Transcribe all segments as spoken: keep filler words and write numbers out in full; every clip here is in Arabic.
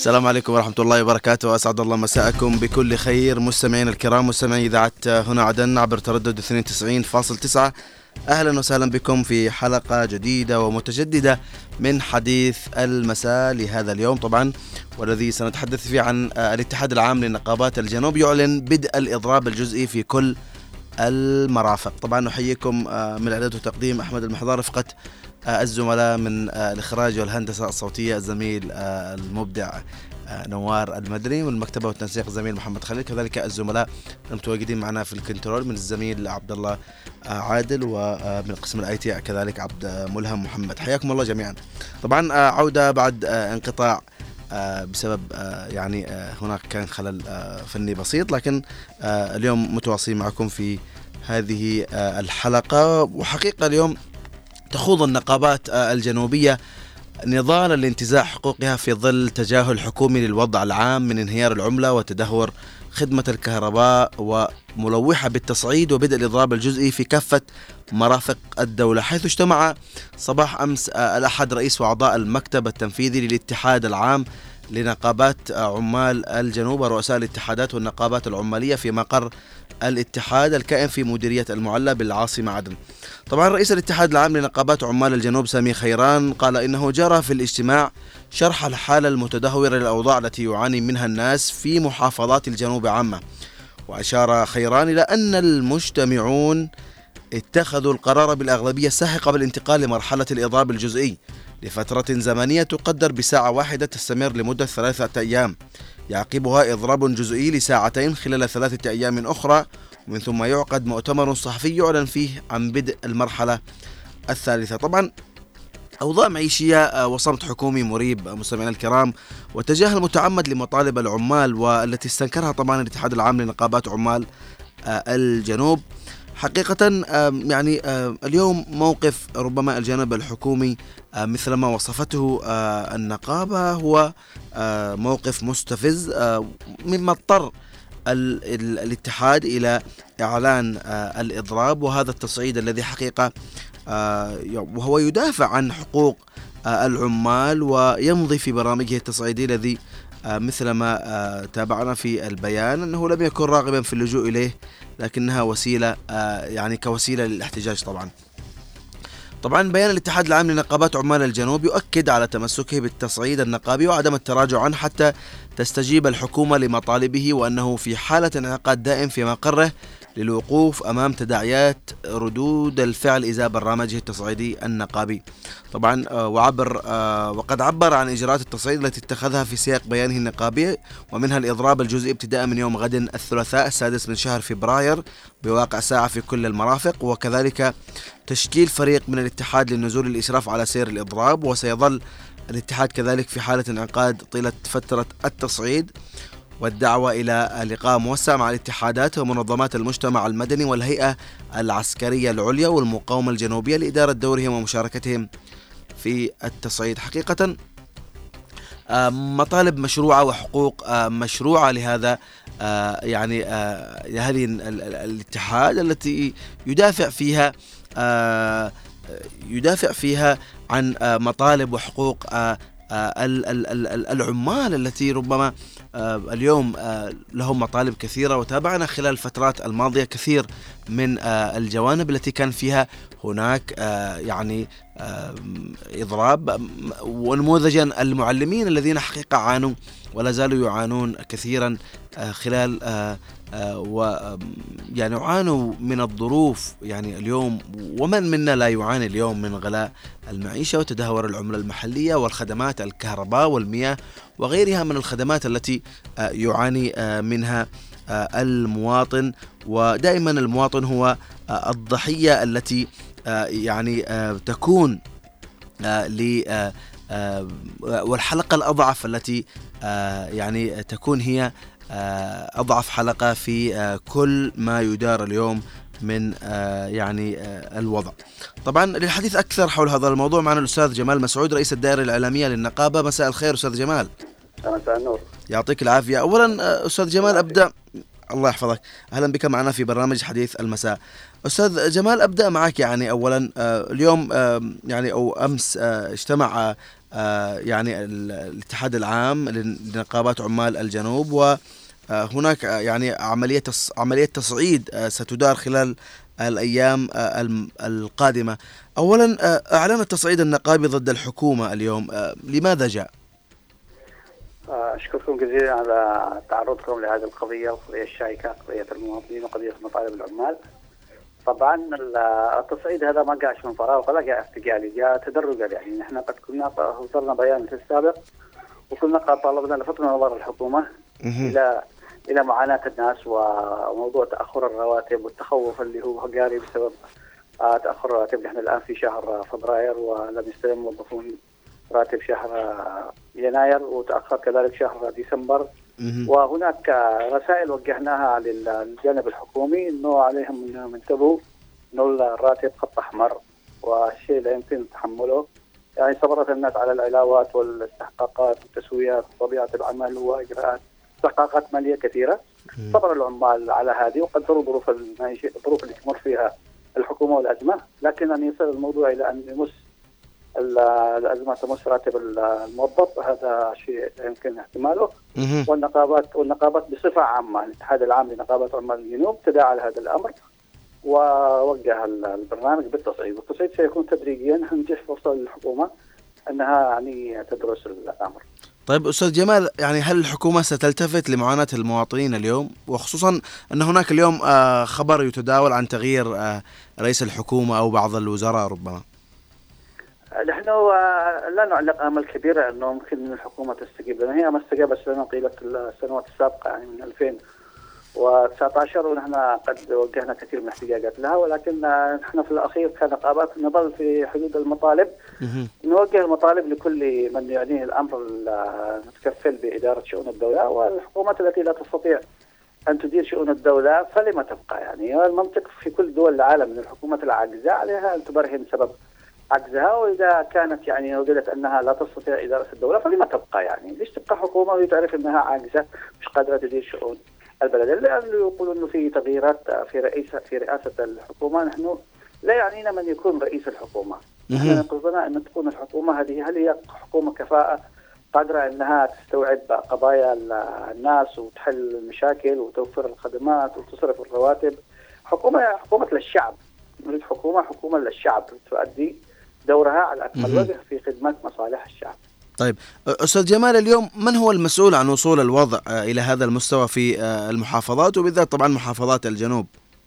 السلام عليكم ورحمة الله وبركاته، أسعد الله مساءكم بكل خير مستمعين الكرام، مستمعي إذاعة هنا عدن عبر تردد اثنين وتسعين فاصلة تسعة. أهلا وسهلا بكم في حلقة جديدة ومتجددة من حديث المساء لهذا اليوم طبعا، والذي سنتحدث فيه عن الاتحاد العام لنقابات الجنوب يعلن بدء الإضراب الجزئي في كل المرافق. طبعا نحييكم من الإعداد والتقديم أحمد المحضار، رفقة الزملاء من الإخراج والهندسة الصوتية الزميل المبدع نوار المدني، والمكتبة والتنسيق الزميل محمد خليل، كذلك الزملاء المتواجدين معنا في الكنترول من الزميل عبد الله عادل، ومن قسم الاي تي كذلك عبد ملهم محمد. حياكم الله جميعا. طبعا عودة بعد انقطاع بسبب يعني هناك كان خلل فني بسيط، لكن اليوم متواصلين معكم في هذه الحلقة. وحقيقة اليوم تخوض النقابات الجنوبية نضالا لانتزاع حقوقها في ظل تجاهل حكومي للوضع العام من انهيار العملة وتدهور خدمة الكهرباء وملوحة بالتصعيد وبدء الإضراب الجزئي في كافة مرافق الدولة، حيث اجتمع صباح أمس الأحد رئيس وأعضاء المكتب التنفيذي للاتحاد العام لنقابات عمال الجنوب ورؤساء الاتحادات والنقابات العمالية في مقر الاتحاد الكائن في مديرية المعلى بالعاصمة عدن. طبعا رئيس الاتحاد العام لنقابات عمال الجنوب سامي خيران قال إنه جرى في الاجتماع شرح الحالة المتدهورة للأوضاع التي يعاني منها الناس في محافظات الجنوب عامة، وأشار خيران إلى أن المجتمعون اتخذوا القرار بالأغلبية الساحقة بالانتقال لمرحلة الإضراب الجزئي لفترة زمنية تقدر بساعة واحدة تستمر لمدة ثلاثة أيام، يعقبها إضراب جزئي لساعتين خلال ثلاثة أيام أخرى، ومن ثم يعقد مؤتمر صحفي يعلن فيه عن بدء المرحلة الثالثة. طبعا أوضاع معيشية وصمت حكومي مريب مستمعينا الكرام، وتجاهل متعمد لمطالب العمال، والتي استنكرها طبعا الاتحاد العام لنقابات عمال الجنوب. حقيقة يعني اليوم موقف ربما الجانب الحكومي مثلما وصفته النقابة هو موقف مستفز، مما اضطر الاتحاد إلى إعلان الإضراب وهذا التصعيد الذي حقيقة وهو يدافع عن حقوق العمال ويمضي في برامجه التصعيدي الذي مثلما تابعنا في البيان أنه لم يكن راغبا في اللجوء إليه، لكنها وسيلة يعني كوسيلة للاحتجاج. طبعا طبعا بيان الاتحاد العام لنقابات عمال الجنوب يؤكد على تمسكه بالتصعيد النقابي وعدم التراجع عنه حتى تستجيب الحكومة لمطالبه، وأنه في حالة انعقاد دائم في مقره للوقوف أمام تداعيات ردود الفعل إزاء برنامجه التصعيدي النقابي. طبعا وعبر وقد عبر عن إجراءات التصعيد التي اتخذها في سياق بيانه النقابي، ومنها الإضراب الجزئي ابتداء من يوم غد الثلاثاء السادس من شهر فبراير بواقع ساعة في كل المرافق، وكذلك تشكيل فريق من الاتحاد للنزول للإشراف على سير الإضراب. وسيظل الاتحاد كذلك في حالة انعقاد طيلة فترة التصعيد والدعوة إلى لقاء موسع مع الاتحادات ومنظمات المجتمع المدني والهيئة العسكرية العليا والمقاومة الجنوبية لإدارة دورهم ومشاركتهم في التصعيد. حقيقة مطالب مشروعة وحقوق مشروعة لهذا يعني هذه الاتحاد التي يدافع فيها يدافع فيها عن مطالب وحقوق العمال التي ربما اليوم لهم مطالب كثيرة، وتابعنا خلال الفترات الماضية كثير من الجوانب التي كان فيها هناك يعني إضراب، ونموذجا المعلمين الذين حقيقة عانوا ولا زالوا يعانون كثيرا خلال ويعني يعانوا من الظروف يعني اليوم، ومن منا لا يعاني اليوم من غلاء المعيشة وتدهور العملة المحلية والخدمات الكهرباء والمياه وغيرها من الخدمات التي يعاني منها المواطن. ودائما المواطن هو الضحية التي يعني تكون ل والحلقة الأضعف التي يعني تكون هي أضعف حلقة في كل ما يدار اليوم من يعني الوضع. طبعا للحديث أكثر حول هذا الموضوع معنا الأستاذ جمال مسعود رئيس الدائرة الإعلامية للنقابة. مساء الخير أستاذ جمال. مساء النور. يعطيك العافية. أولا أستاذ جمال أبدأ الله يحفظك، أهلا بك معنا في برنامج حديث المساء. أستاذ جمال أبدأ معك، يعني أولا اليوم يعني أو أمس اجتمع يعني الاتحاد العام لنقابات عمال الجنوب، وهناك يعني عملية عملية تصعيد ستدار خلال الأيام القادمة. أولا، أعلن التصعيد النقابي ضد الحكومة اليوم، لماذا جاء؟ أشكركم جزيلا على تعرضكم لهذه القضية، القضية الشائكة، قضية المواطنين وقضية مطالب العمال. طبعا التصعيد هذا ما جاءش من فراغ ولا جاء افتقالي، جاء تدرجا. يعني نحن قد كنا وصلنا بيان في السابق وكنا قد طالبنا لفت نظر الحكومة إلى إلى معاناة الناس وموضوع تأخر الرواتب والتخوف اللي هو جاري بسبب تأخر الرواتب. نحن الآن في شهر فبراير ولم يستلم الموظفون راتب شهر يناير، وتأخر كذلك شهر ديسمبر. وهناك رسائل وجهناها للجانب الحكومي انه عليهم انهم ينتبهوا انه الراتب خط احمر والشيء لا يمكن تحمله. يعني صبرت الناس على العلاوات والاستحقاقات والتسويات وطبيعه العمل واجراءات استحقاقات ماليه كثيره. صبر العمال على هذه وقدروا ظروف المعيشه، الظروف اللي تمر فيها الحكومه والازمه، لكن ان يصل الموضوع الى ان يمس الأزمة تمس راتب الموظف هذا شيء يمكن احتماله. والنقابات والنقابات بصفة عامة، الاتحاد العام لنقابات عمال الجنوب تداعى على هذا الأمر ووجه البرنامج بالتصعيد، والتصعيد سيكون تدريجيا. نحن نتيح فرصة للحكومة أنها يعني تدرس الأمر. طيب أستاذ جمال، يعني هل الحكومة ستلتفت لمعاناة المواطنين اليوم، وخصوصا أن هناك اليوم خبر يتداول عن تغيير رئيس الحكومة أو بعض الوزراء ربما؟ نحن لا نعلق امل كبيره انه ممكن الحكومه تستجيب لنا، هي ما استجابت لنا طيله السنوات السابقه يعني من ألفين وتسعة عشر، ونحن قد وجهنا كثير من الاحتجاجات لها، ولكن نحن في الاخير كنقابات نظل في حدود المطالب، نوجه المطالب لكل من يعنيه الامر المتكفل باداره شؤون الدوله، والحكومات التي لا تستطيع ان تدير شؤون الدوله فلما تبقى. يعني المنطق في كل دول العالم من الحكومات العاجزه عليها ان تبرهن سبب عجزها، واذا كانت يعني وجدت انها لا تستطيع اداره الدوله فلما تبقى. يعني ليش تبقى حكومه وهي تعرف انها عاجزه مش قادره تدير شؤون البلد؟ اللي يقولوا انه في تغييرات في رئيسه في رئاسه الحكومه، نحن لا يعنينا من يكون رئيس الحكومه، نحن قصدنا ان تكون الحكومه هذه هل هي حكومه كفاءه قادره انها تستوعب قضايا الناس وتحل المشاكل وتوفر الخدمات وتصرف الرواتب. حكومه حكومه للشعب، نريد حكومه حكومه للشعب تؤدي دورها على أكمل وجه في خدمة مصالح الشعب. طيب أستاذ جمال، اليوم من هو المسؤول عن وصول الوضع إلى هذا المستوى في المحافظات وبالذات طبعا محافظات الجنوب؟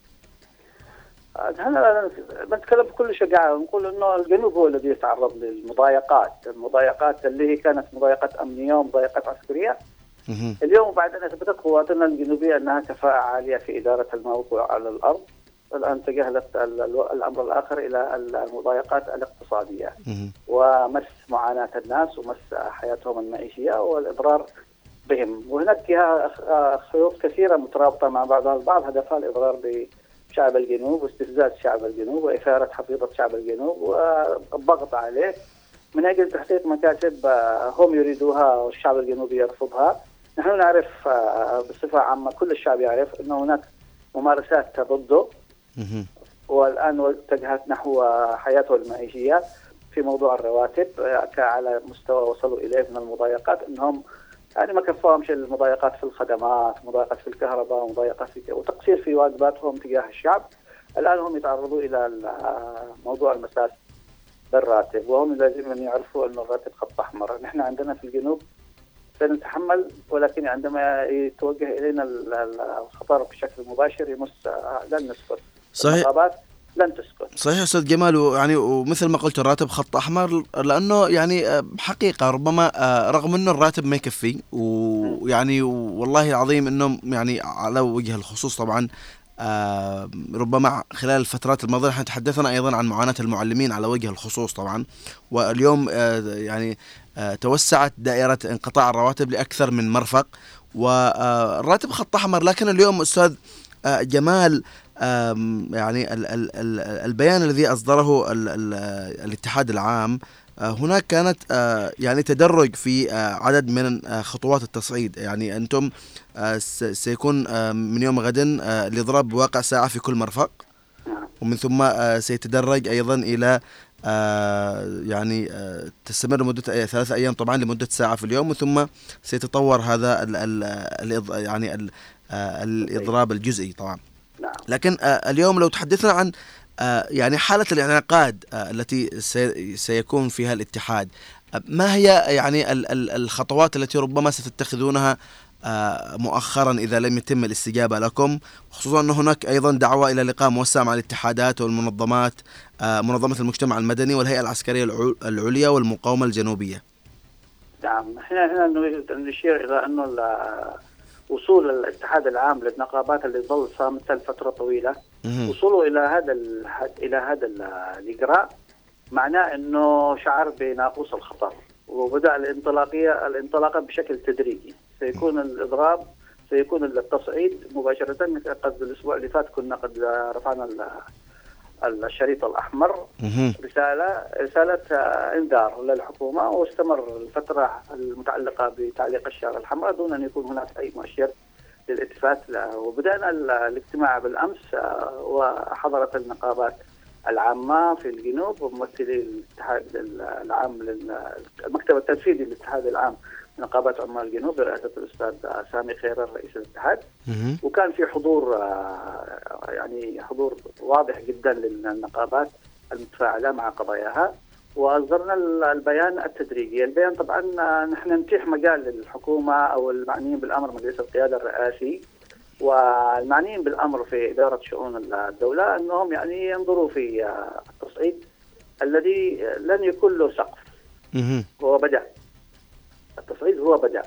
نحن بنتكلم بكل شجاعة ونقول إنه الجنوب هو الذي يتعرض للمضايقات، المضايقات اللي هي كانت مضايقات أمنية ومضايقات عسكرية. اليوم بعد أن أثبتت قواتنا الجنوبية أنها كفاءة عالية في إدارة الموقع على الأرض، الآن تجاهلت الأمر الآخر إلى المضايقات الاقتصادية ومس معاناة الناس ومس حياتهم المعيشية والإضرار بهم. وهناك خيوط كثيرة مترابطة مع بعضها البعض هدفها الإضرار بشعب الجنوب واستفزاز شعب الجنوب وإثارة حفيظة شعب الجنوب والضغط عليه من أجل تحقيق مكاسب هم يريدوها والشعب الجنوبي يرفضها. نحن نعرف بصفة عامة، كل الشعب يعرف أنه هناك ممارسات ضده والآن اتجهت نحو حياته المعيشية في موضوع الرواتب على مستوى وصلوا إليه من المضايقات، أنهم يعني ما كفاهمش المضايقات في الخدمات، مضايقات في الكهرباء، مضايقات في وتقصير في واجباتهم تجاه الشعب. الآن هم يتعرضوا إلى موضوع المساس بالراتب، وهم لازم أن يعرفوا أن الراتب خط أحمر. نحن عندنا في الجنوب سنتحمل، ولكن عندما يتوجه إلينا الخطر بشكل مباشر يمس لن نسكت. صحيح. النقابات لن تسكت. صحيح أستاذ جمال، يعني ومثل ما قلت الراتب خط أحمر، لأنه يعني حقيقة ربما رغم أنه الراتب ما يكفي، ويعني والله العظيم أنه يعني على وجه الخصوص طبعا آه ربما خلال الفترات الماضية نحن تحدثنا أيضا عن معاناة المعلمين على وجه الخصوص طبعا، واليوم آه يعني آه توسعت دائرة انقطاع الرواتب لأكثر من مرفق، والراتب خط أحمر. لكن اليوم أستاذ آه جمال آه يعني ال ال ال البيان الذي أصدره ال ال الاتحاد العام هناك كانت يعني تدرج في عدد من خطوات التصعيد. يعني أنتم سيكون من يوم غد الإضراب بواقع ساعة في كل مرفق، ومن ثم سيتدرج أيضا إلى آه يعني آه تستمر لمدة ثلاثة أيام طبعا لمدة ساعة في اليوم، ثم سيتطور هذا ال ال ال يعني ال آه الإضراب الجزئي طبعا. نعم. لكن آه اليوم لو تحدثنا عن آه يعني حالة الانعقاد آه التي سي سيكون فيها الاتحاد، آه ما هي يعني ال ال الخطوات التي ربما ستتخذونها آه مؤخرا إذا لم يتم الاستجابة لكم، خصوصا أن هناك أيضا دعوة إلى لقاء موسع مع الاتحادات والمنظمات، آه منظمة المجتمع المدني والهيئة العسكرية العليا والمقاومة الجنوبية. نعم، احنا هنا نريد أن نشير إلى أنه وصول الاتحاد العام للنقابات اللي ظل صامتا لفترة طويلة، وصوله إلى هذا إلى هذا الإجراء معناه أنه شعر بناقوس الخطر، وبدأ الانطلاقية الانطلاقة بشكل تدريجي. سيكون الإضراب، سيكون التصعيد مباشرة. قد الأسبوع اللي فات كنا قد رفعنا الشريط الأحمر، رسالة رسالة إنذار للحكومة، واستمر الفترة المتعلقة بتعليق الشارة الحمراء دون أن يكون هناك أي مؤشر للالتفات له. وبدأنا الاجتماع بالأمس، وحضرت النقابات العامة في الجنوب وممثلي الاتحاد العام المكتب التنفيذي للاتحاد العام نقابات عمال الجنوب برئاسة الأستاذ سامي خيرر رئيس الاتحاد، وكان في حضور يعني حضور واضح جدا للنقابات المتفاعلة مع قضاياها، وأصدرنا البيان التدريجي. البيان طبعا نحن نتيح مجال للحكومة أو المعنيين بالأمر مجلس القيادة الرئاسي والمعنيين بالأمر في إدارة شؤون الدولة أنهم يعني ينظروا في التصعيد الذي لن يكون له سقف. هو بدأ التصعيد، هو بدأ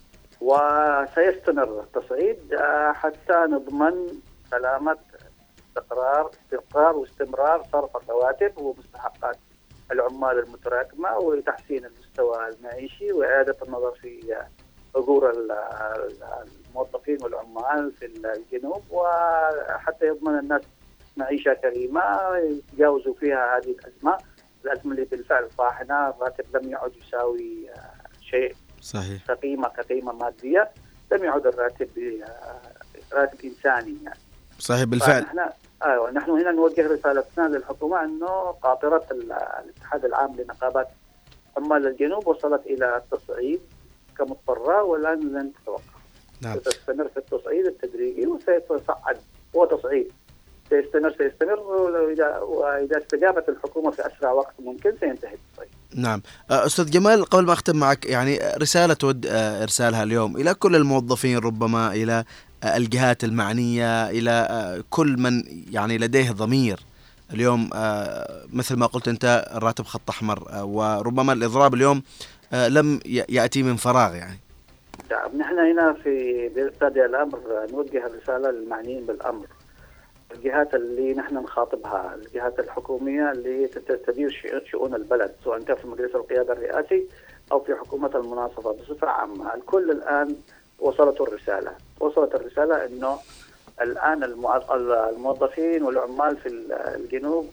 وسيستمر التصعيد حتى نضمن سلامة استقرار استقرار واستمرار صرف الرواتب ومستحقات العمال المتراكمة، وتحسين المستوى المعيشي، وإعادة النظر في أجور الموظفين والعمال في الجنوب، وحتى يضمن الناس معيشة كريمة يتجاوزوا فيها هذه الأزمة الأزمة اللي بالفعل طاحنة. الراتب لم يعد يساوي شيء صحيح كقيمة كقيمة مادية، لم يعد الراتب راتب إنساني يعني. صحيح بالفعل. نحن أيوة نحن هنا نوجه رسالتنا للحكومة أنه قاطرة الاتحاد العام لنقابات عمال الجنوب وصلت إلى التصعيد كمضطرة، والآن لن تتوقف. نعم. ستستمر في التصعيد التدريجي وسيتصعد. هو تصعيد سيستمر سيستمر وإذا, وإذا استجابت الحكومة في أسرع وقت ممكن سينتهي التصعيد. نعم. أستاذ جمال، قبل ما أختم معك، يعني رسالة تود إرسالها اليوم إلى كل الموظفين، ربما إلى الجهات المعنية، إلى كل من يعني لديه ضمير اليوم، مثل ما قلت أنت الراتب خط أحمر، وربما الإضراب اليوم لم يأتي من فراغ يعني. نحن هنا في بادئ الأمر نوجه الرسالة للمعنيين بالأمر، الجهات اللي نحن نخاطبها، الجهات الحكومية اللي تدير شؤون البلد، سواء كان في مجلس القيادة الرئاسي أو في حكومة المناصفة بصفة عامة. الكل الآن وصلت الرسالة وصلت الرسالة إنه الآن الموظفين والعمال في الجنوب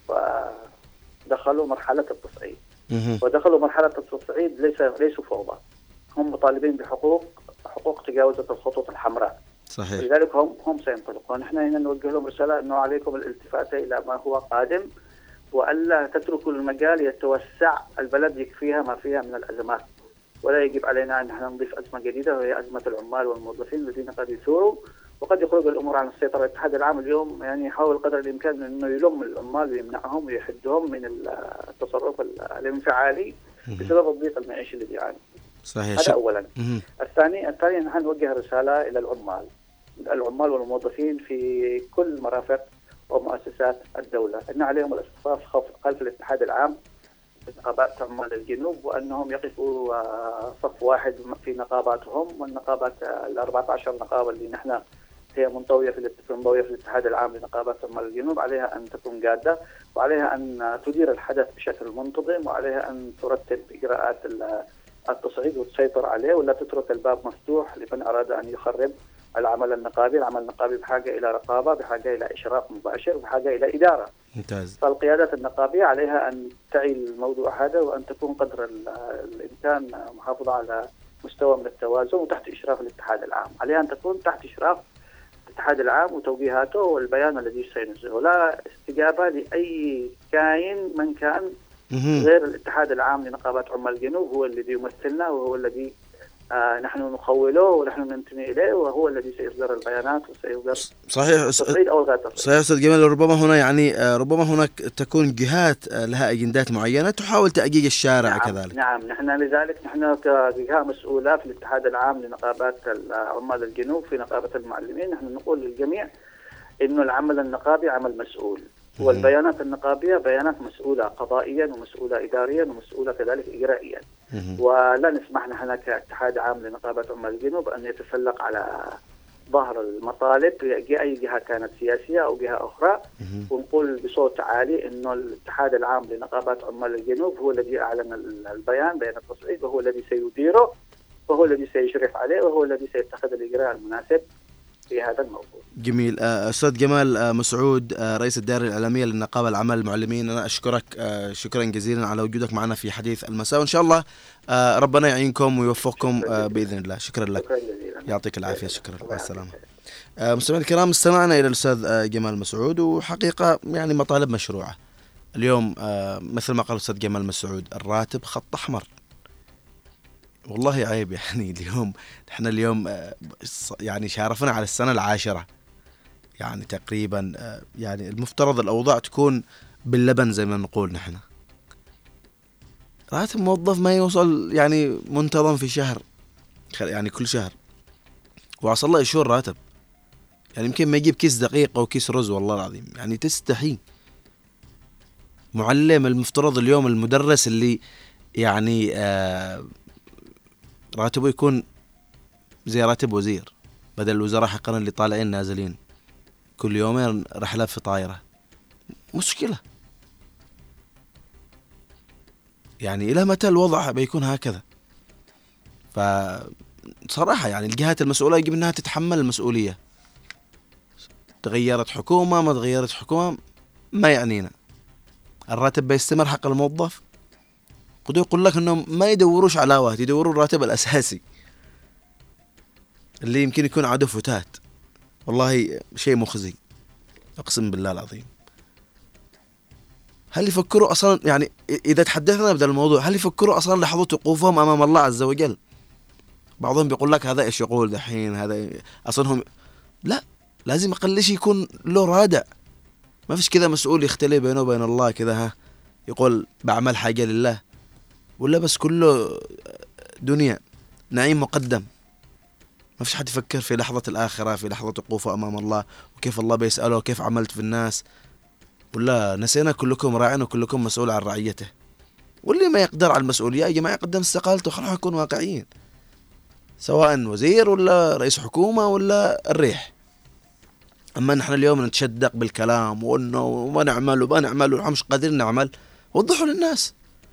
دخلوا مرحلة التصعيد، ودخلوا مرحلة التصعيد ليس ليسوا فوضى، هم مطالبين بحقوق حقوق تجاوزت الخطوط الحمراء. صحيح. لذلك هم هم سينطلقون. نحن هنا نوجه لهم رسالة أنه عليكم الالتفات إلى ما هو قادم، وألا تتركوا المجال يتوسع. البلد يكفيها ما فيها من الأزمات، ولا يجب علينا أن نحن نضيف أزمة جديدة وهي أزمة العمال والموظفين الذين قد يثوروا وقد يخرج الأمور عن السيطرة. الاتحاد العام اليوم يعني يحاول قدر الإمكان أنه يلم العمال ويمنعهم ويحدهم من التصرف الانفعالي بسبب الضيق المعيشي الذي يعاني. صحيح. هذا أولا. الثاني الثاني نحن نوجه رسالة إلى العمال العمال والموظفين في كل مرافق ومؤسسات الدولة أن عليهم الاصطفاف خلف الاتحاد العام نقابات عمال الجنوب، وأنهم يقفوا صف واحد في نقاباتهم، والنقابات الأربعة عشر نقابة اللي نحن هي منطوية في منطوية في الاتحاد العام لنقابات عمال الجنوب عليها أن تكون جادة، وعليها أن تدير الحدث بشكل منتظم، وعليها أن ترتب إجراءات التصعيد وتسيطر عليه، ولا تترك الباب مفتوح لمن أراد أن يخرب العمل النقابي. العمل النقابي بحاجة إلى رقابة، بحاجة إلى إشراف مباشر، بحاجة إلى إدارة. ممتاز. فالقيادات النقابية عليها أن تعي الموضوع هذا، وأن تكون قدر الإمكان محافظة على مستوى من التوازن وتحت إشراف الاتحاد العام. عليها أن تكون تحت إشراف الاتحاد العام وتوجيهاته والبيان الذي سينزله، لا استجابة لأي كائن من كان غير الاتحاد العام لنقابات عمال الجنوب هو الذي يمثلنا، وهو الذي آه نحن نخوله ونحن ننتمي إليه، وهو الذي سيصدر البيانات وسيصدر صحيح تصعيد أو غير تصعيد. صحيح أستاذ جمال. ربما هنا يعني ربما هناك تكون جهات لها أجندات معينة تحاول تأجيج الشارع. نعم كذلك. نعم نحن لذلك نحن كجهة مسؤولة في الاتحاد العام لنقابات عمال الجنوب في نقابة المعلمين، نحن نقول للجميع إنه العمل النقابي عمل مسؤول، والبيانات النقابية بيانات مسؤولة قضائيا ومسؤولة إداريا ومسؤولة كذلك إجرائيا، ولا نسمح نحن كاتحاد عام لنقابة عمال الجنوب أن يتسلق على ظهر المطالب أي جهة كانت سياسية أو جهة أخرى، ونقول بصوت عالي إنه الاتحاد العام لنقابات عمال الجنوب هو الذي أعلن البيان بيان التصعيد، وهو الذي سيديره، وهو الذي سيشرف عليه، وهو الذي سيتخذ الإجراء المناسب في هذا الموضوع. جميل. أستاذ جمال مسعود، رئيس الدائرة الإعلامية للنقابة العمال المعلمين، أنا أشكرك شكرا جزيلا على وجودك معنا في حديث المساء، وإن شاء الله ربنا يعينكم ويوفقكم بإذن الله. شكرا لك. شكرا جزيلا. يعطيك العافية. شكرا. مع السلامة. مستمعينا الكرام، استمعنا إلى الأستاذ جمال مسعود، وحقيقة يعني مطالب مشروعة اليوم. مثل ما قال الأستاذ جمال مسعود، الراتب خط أحمر. والله عيب يعني اليوم نحن اليوم يعني شارفنا على السنة العاشرة، يعني تقريبا يعني المفترض الأوضاع تكون باللبن زي ما نقول نحن. راتب موظف ما يوصل يعني منتظم في شهر، يعني كل شهر، وعسى الله يشور راتب، يعني يمكن ما يجيب كيس دقيق أو كيس رز، والله العظيم يعني تستحي. معلم المفترض اليوم المدرس اللي يعني آه راتبه يكون زي راتب وزير، بدل الوزراء حقنا اللي طالعين نازلين كل يومين رحلات في طائرة. مشكلة يعني. إلى متى الوضع بيكون هكذا؟ فصراحة يعني الجهات المسؤولة يجب أنها تتحمل المسؤولية. تغيرت حكومة ما تغيرت حكومة ما يعنينا، الراتب بيستمر حق الموظف. قد يقول لك أنهم ما يدوروش علاوات، يدوروا الراتب الأساسي اللي يمكن يكون عدو فتات. والله شيء مخزي، أقسم بالله العظيم. هل يفكروا أصلا يعني إذا تحدثنا بهذا الموضوع، هل يفكروا أصلا لحظة وقوفهم أمام الله عز وجل؟ بعضهم بيقول لك هذا إيش يقول دحين، هذا أصلا هم لا، لازم أقل شيء يكون له رادع. ما فيش كذا مسؤول يختلي بينه وبين الله كذا، ها يقول بعمل حاجة لله، ولا بس كله دنيا نعيم مقدم. ما فيش حد يفكر في لحظة الآخرة، في لحظة وقوفه أمام الله، وكيف الله بيسأله كيف عملت في الناس. ولا نسينا كلكم راع وكلكم مسؤول عن رعيته. واللي ما يقدر على المسؤولية يا جماعة يقدم استقالته، خلونا نكون واقعيين، سواء وزير ولا رئيس حكومة ولا الريح. أما نحن اليوم نتشدق بالكلام وإنه وما نعمل وما نعمل ونحن مش قادرين نعمل، وضحوا للناس.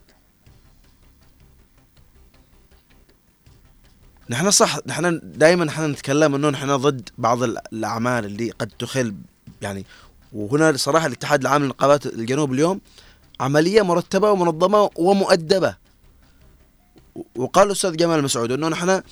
نحن صح، نحن دائما نحن نتكلم إنه نحن ضد بعض الأعمال اللي قد تخل يعني. وهنا صراحة الاتحاد العام لنقابات الجنوب اليوم عملية مرتبة ومنظمة ومؤدبة. وقال الأستاذ جمال مسعود إنه نحن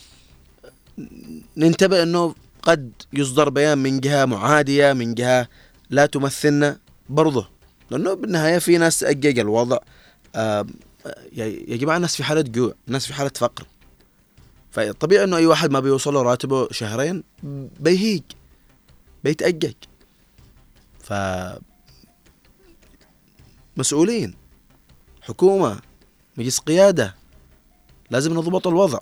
ننتبه إنه قد يصدر بيان من جهة معادية، من جهة لا تمثلنا برضه، لأنه بالنهاية في ناس تأجج الوضع. آه يا جماعة الناس في حالة جوع، الناس في حالة فقر، فطبيعي إنه أي واحد ما بيوصله راتبه شهرين بيهيج بيتأجج. ف مسؤولين، حكومة، مجلس قيادة، لازم نضبط الوضع.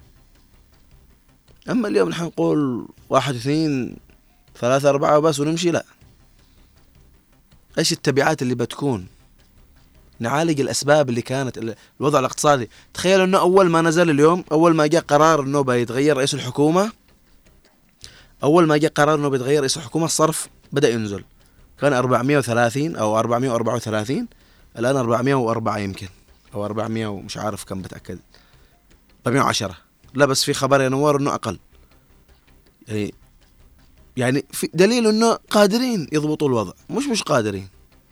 أما اليوم نحن نقول واحد اثنين ثلاثة أربعة وبس ونمشي، لا. إيش التبعات اللي بتكون؟ نعالج الأسباب اللي كانت الوضع الاقتصادي. تخيل أنه أول ما نزل اليوم، أول ما جاء قرار أنه بيتغير رئيس الحكومة، أول ما جاء قرار أنه بيتغير رئيس الحكومة الصرف بدأ ينزل. كان أربعمائة وثلاثين أو أربعمائة وأربعة وثلاثين، الآن أربعمائة وأربعة يمكن، أو أربعمائة ومش عارف كم بتأكد، أربعمائة وعشرة. لا بس في خبر يا نوار أنه أقل. يعني يعني في دليل أنه قادرين يضبطوا الوضع، مش مش قادرين.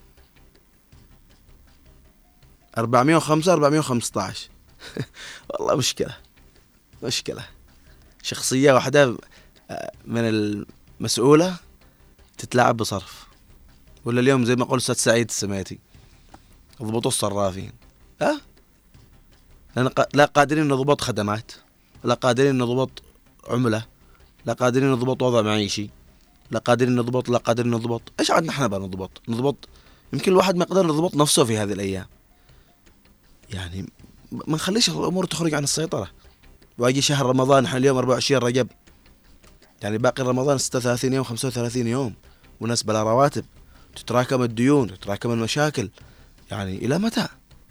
أربعمائة وخمسة أربعمائة وخمسة عشر والله مشكلة مشكلة. شخصية واحدة من المسؤولة تتلاعب بصرف. ولا اليوم زي ما قال أستاذ سعيد السميتي، اضبطوا الصرافين. ها لأن لا قادرين نضبط خدمات، لا قادرين نضبط عملة، لا قادرين نضبط وضع معيشي، لا قادرين نضبط لا قادرين نضبط ايش عاد نحن بقى نضبط نضبط يمكن الواحد ما يقدر يضبط نفسه في هذه الأيام. يعني ما نخليش الأمور تخرج عن السيطرة. واجي شهر رمضان، نحن اليوم أربعة وعشرين رجب، يعني باقي رمضان ستة وثلاثين يوم خمسة وثلاثين يوم، وناس بلا رواتب، تتراكم الديون، تتراكم المشاكل. يعني إلى متى؟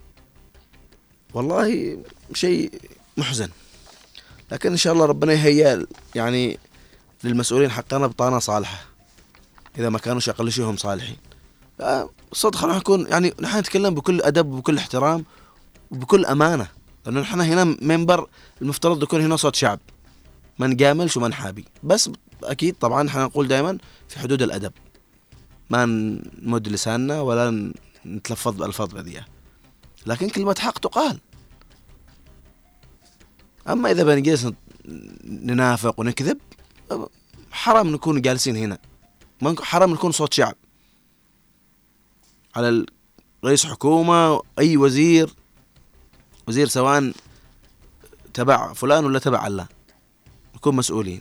والله شيء محزن. لكن إن شاء الله ربنا يهيئ يعني للمسؤولين حقنا بطانة صالحة، إذا ما كانوا أقل شيء هم صالحين. صدق خلينا نكون يعني نحن نتكلم بكل أدب وبكل احترام وبكل أمانة، لأنه نحن هنا منبر المفترض يكون هنا صوت شعب، ما نجاملش وما نحابي، بس أكيد طبعا نحن نقول دائما في حدود الأدب، ما نمد لساننا ولا نتلفظ بألفاظ بذيئة، لكن كلمة حق تقال. أما إذا بنجلس ننافق ونكذب، حرام نكون جالسين هنا، حرام نكون صوت شعب على رئيس حكومة، أي وزير وزير سواء تبع فلان ولا تبع الله، نكون مسؤولين،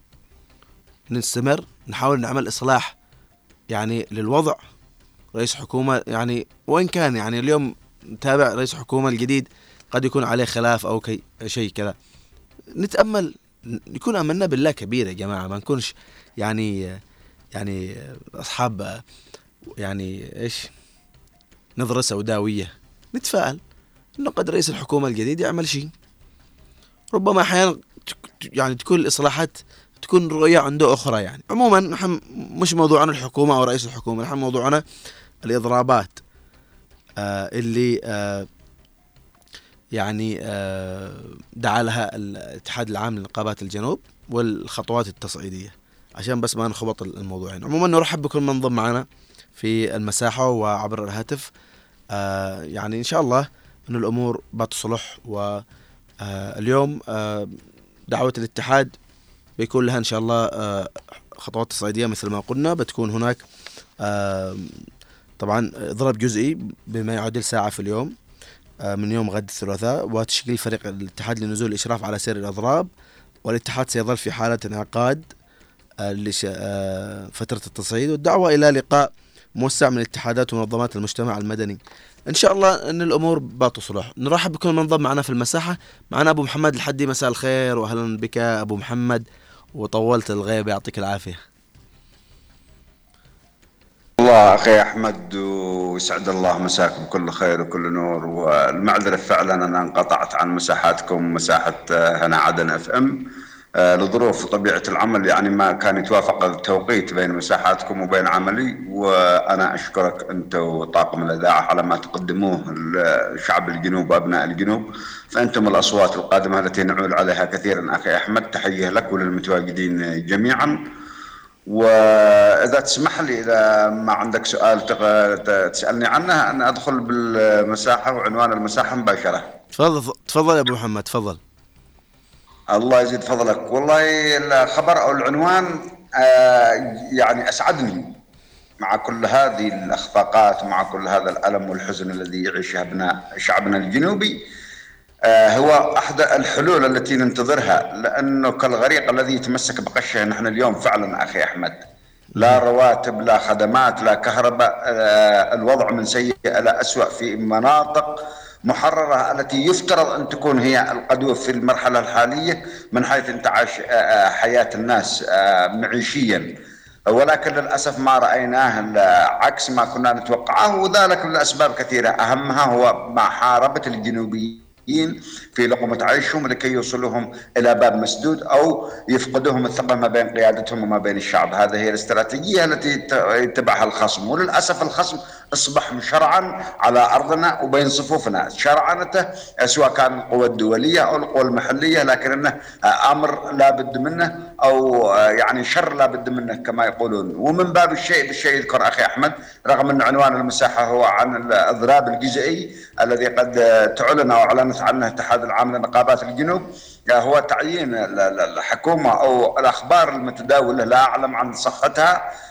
نستمر نحاول نعمل إصلاح يعني للوضع. رئيس حكومة يعني وإن كان يعني اليوم نتابع رئيس حكومة الجديد قد يكون عليه خلاف أو كي شيء كذا، نتأمل، نكون أملنا بالله كبير يا جماعة، ما نكونش يعني يعني أصحاب يعني إيش نظرة سوداوية. نتفائل إنه قد رئيس الحكومة الجديد يعمل شيء، ربما أحيانا يعني تكون الإصلاحات تكون رؤية عنده أخرى. يعني عموما نحن مش موضوعنا الحكومة أو رئيس الحكومة، نحن موضوعنا الإضرابات آه اللي آه يعني آه دعا لها الاتحاد العام لنقابات الجنوب والخطوات التصعيدية، عشان بس ما نخبط الموضوعين. عموما نرحب بكل من انضم معنا في المساحة وعبر الهاتف. آه يعني إن شاء الله أن الأمور بتصلح، واليوم آه دعوة الاتحاد بيكون لها إن شاء الله آه خطوات تصعيدية مثل ما قلنا. بتكون هناك آه طبعا إضراب جزئي بما يعادل ساعة في اليوم آه من يوم غد الثلاثاء، وتشكيل فريق الاتحاد لنزول الإشراف على سير الإضراب، والاتحاد سيظل في حالة انعقاد آه فترة التصعيد، والدعوة إلى لقاء موسع من الاتحادات ومنظمات المجتمع المدني. إن شاء الله أن الأمور بتصلح. نرحب بكل من انضم معنا في المساحة. معنا أبو محمد الحدي، مساء الخير وأهلا بك أبو محمد، وطولت الغيب، يعطيك العافية. الله أخي أحمد، ويسعد الله مساك بكل خير وكل نور، والمعذرة فعلا أنا انقطعت عن مساحاتكم، مساحة هنا عدن اف ام لظروف طبيعة العمل، يعني ما كان يتوافق التوقيت بين مساحاتكم وبين عملي. وأنا أشكرك أنت وطاقم الإذاعة على ما تقدموه لشعب الجنوب وأبناء الجنوب، فأنتم الأصوات القادمة التي نعول عليها كثيرا أخي أحمد. تحية لك وللمتواجدين جميعا. وإذا تسمح لي، إذا ما عندك سؤال تسألني عنه، أنا أدخل بالمساحة وعنوان المساحة مباشرة. تفضل تفضل يا أبو محمد، تفضل. الله يزيد فضلك. والله الخبر أو العنوان آه يعني أسعدني مع كل هذه الأخفاقات، مع كل هذا الألم والحزن الذي يعيشه أبناء شعبنا الجنوبي. آه هو أحد الحلول التي ننتظرها، لأنه كالغريق الذي يتمسك بقشه نحن اليوم فعلا أخي أحمد، لا رواتب، لا خدمات، لا كهرباء. آه الوضع من سيء إلى أسوأ في مناطق محررة التي يفترض أن تكون هي القدوة في المرحلة الحالية من حيث انتعاش حياة الناس معيشيا، ولكن للأسف ما رأيناه عكس ما كنا نتوقعه، وذلك لأسباب كثيرة، أهمها هو محاربة الجنوبيين في لقمة عيشهم لكي يوصلوهم إلى باب مسدود أو يفقدوهم الثقة ما بين قيادتهم وما بين الشعب. هذه هي الاستراتيجية التي يتبعها الخصم، وللأسف الخصم أصبح مشرعا على أرضنا وبين صفوفنا، شرعنته سواء كان القوى الدولية أو القوى المحلية، لكنه أمر لا بد منه، أو يعني شر لا بد منه كما يقولون. ومن باب الشيء بالشيء يذكر أخي أحمد، رغم أن عنوان المساحة هو عن الإضراب الجزئي الذي قد تعلن أو أعلنت عنه الاتحاد العام لنقابات الجنوب، هو تعيين الحكومة أو الأخبار المتداولة لا أعلم عن صحتها،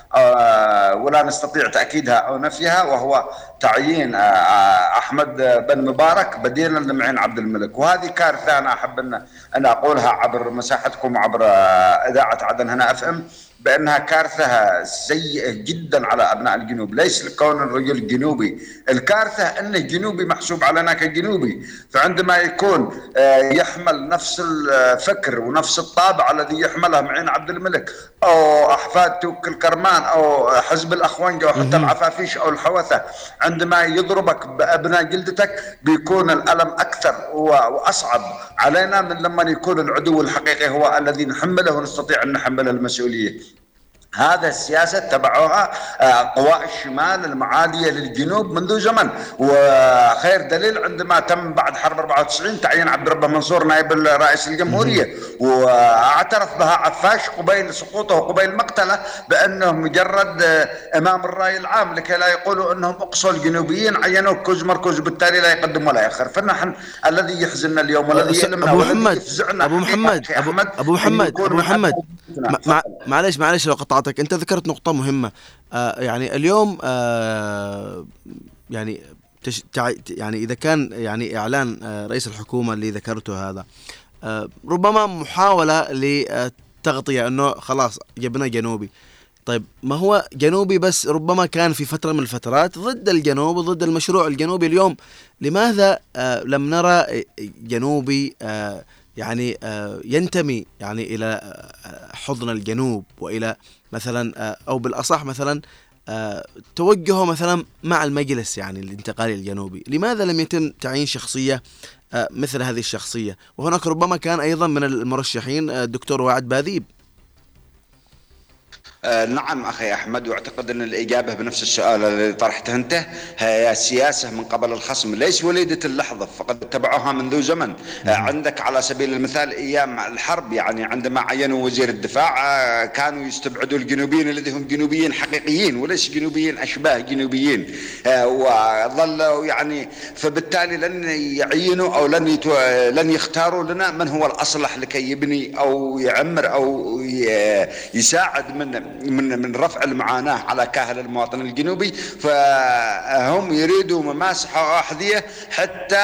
ولا نستطيع تأكيدها أو نفيها، وهو تعيين أحمد بن مبارك بديلا لمعين عبد الملك. وهذه كارثة أنا أحب أن أنا أقولها عبر مساحتكم وعبر إذاعة عدن هنا أف أم، بأنها كارثة سيئة جدا على أبناء الجنوب، ليس لكون الرجل جنوبي، الكارثة أنه جنوبي محسوب علينا كجنوبي. فعندما يكون يحمل نفس الفكر ونفس الطابع الذي يحمله معين عبد الملك أو أحفاد توك الكرمان أو حزب الأخوانجة أو حتى العفافيش أو الحوثة، عندما يضربك بأبناء جلدتك بيكون الألم أكثر وأصعب علينا من لما يكون العدو الحقيقي هو الذي نحمله ونستطيع أن نحمل المسؤولية. هذا السياسة تبعوها قوى الشمال المعادية للجنوب منذ زمن، وخير دليل عندما تم بعد حرب أربعة وتسعين تعيين عبد الرب منصور نائب رئيس الجمهورية، واعترف بها عفاش قبيل سقوطه وقبيل مقتله بأنه مجرد إمام الرأي العام، لكي لا يقولوا أنهم أقصوا الجنوبيين عينوا كوز مركوز وبالتالي لا يقدم ولا يأخر. فنحن الذي يحزننا اليوم والذي يلمنا والذي يفزعنا أبو محمد أبو محمد أبو محمد, أبو محمد. مع معلش معلش لو قطعتك، أنت ذكرت نقطة مهمة. آه يعني اليوم آه يعني تش يعني إذا كان يعني إعلان آه رئيس الحكومة اللي ذكرته هذا آه ربما محاولة لتغطية أنه خلاص جبنا جنوبي. طيب ما هو جنوبي بس ربما كان في فترة من الفترات ضد الجنوب وضد المشروع الجنوبي. اليوم لماذا آه لم نرى جنوبي آه يعني ينتمي يعني إلى حضن الجنوب وإلى مثلا أو بالأصح مثلا توجهه مثلا مع المجلس يعني الانتقالي الجنوبي؟ لماذا لم يتم تعيين شخصية مثل هذه الشخصية؟ وهناك ربما كان أيضا من المرشحين الدكتور وعد باذيب. آه نعم أخي أحمد، واعتقد أن الإجابة بنفس السؤال الذي طرحته أنت هي سياسة من قبل الخصم، ليس وليدة اللحظة، فقد اتبعوها منذ زمن. آه عندك على سبيل المثال أيام الحرب، يعني عندما عينوا وزير الدفاع آه كانوا يستبعدوا الجنوبيين الذين هم جنوبيين حقيقيين وليس جنوبيين أشباه جنوبيين، آه وظلوا يعني فبالتالي لن يعينوا أو لن يتو... لن يختاروا لنا من هو الأصلح لكي يبني أو يعمر أو يساعد من من من رفع المعاناة على كاهل المواطن الجنوبي. فهم يريدوا مماسح وأحذية حتى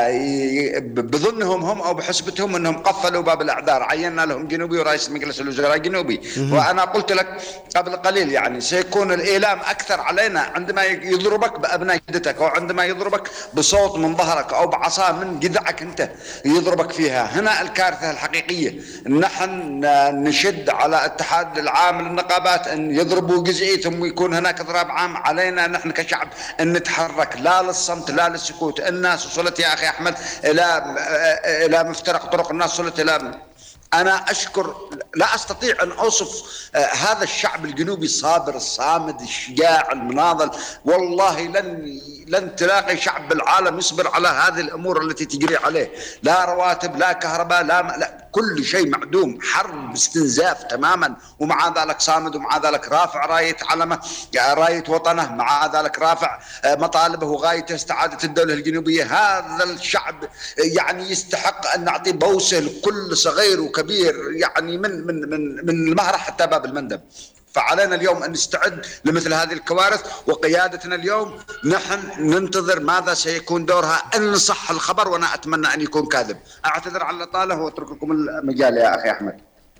بظنهم هم أو بحسبتهم أنهم قفلوا باب الأعذار، عينا لهم جنوبي ورئيس مجلس الوزراء جنوبي. وأنا قلت لك قبل قليل يعني سيكون الإيلام أكثر علينا عندما يضربك بأبناء جدتك أو عندما يضربك بصوت من ظهرك أو بعصا من جذعك أنت يضربك فيها. هنا الكارثة الحقيقية. نحن نشد على اتحاد العام للنقابات أن يضربوا جزئي ثم يكون هناك إضراب عام. علينا نحن كشعب أن نتحرك لا للصمت لا للسكوت. الناس وصلت يا أخي أحمد إلى إلى مفترق طرق، الناس وصلت إلى أنا أشكر لا أستطيع أن أوصف هذا الشعب الجنوبي الصابر الصامد الشجاع المناضل. والله لن لن تلاقي شعب بالعالم يصبر على هذه الأمور التي تجري عليه، لا رواتب لا كهرباء لا, لا كل شيء معدوم، حرب استنزاف تماما، ومع ذلك صامد ومع ذلك رافع راية علمه راية وطنه، مع ذلك رافع مطالبه وغايته استعادة الدولة الجنوبية. هذا الشعب يعني يستحق أن نعطي بوسه لكل صغير وكبير، يعني من من من من المهرة حتى باب المندب. فعلينا اليوم أن نستعد لمثل هذه الكوارث، وقيادتنا اليوم نحن ننتظر ماذا سيكون دورها إن صح الخبر، وأنا أتمنى أن يكون كاذب. أعتذر على الإطالة وأترك لكم المجال يا أخي أحمد.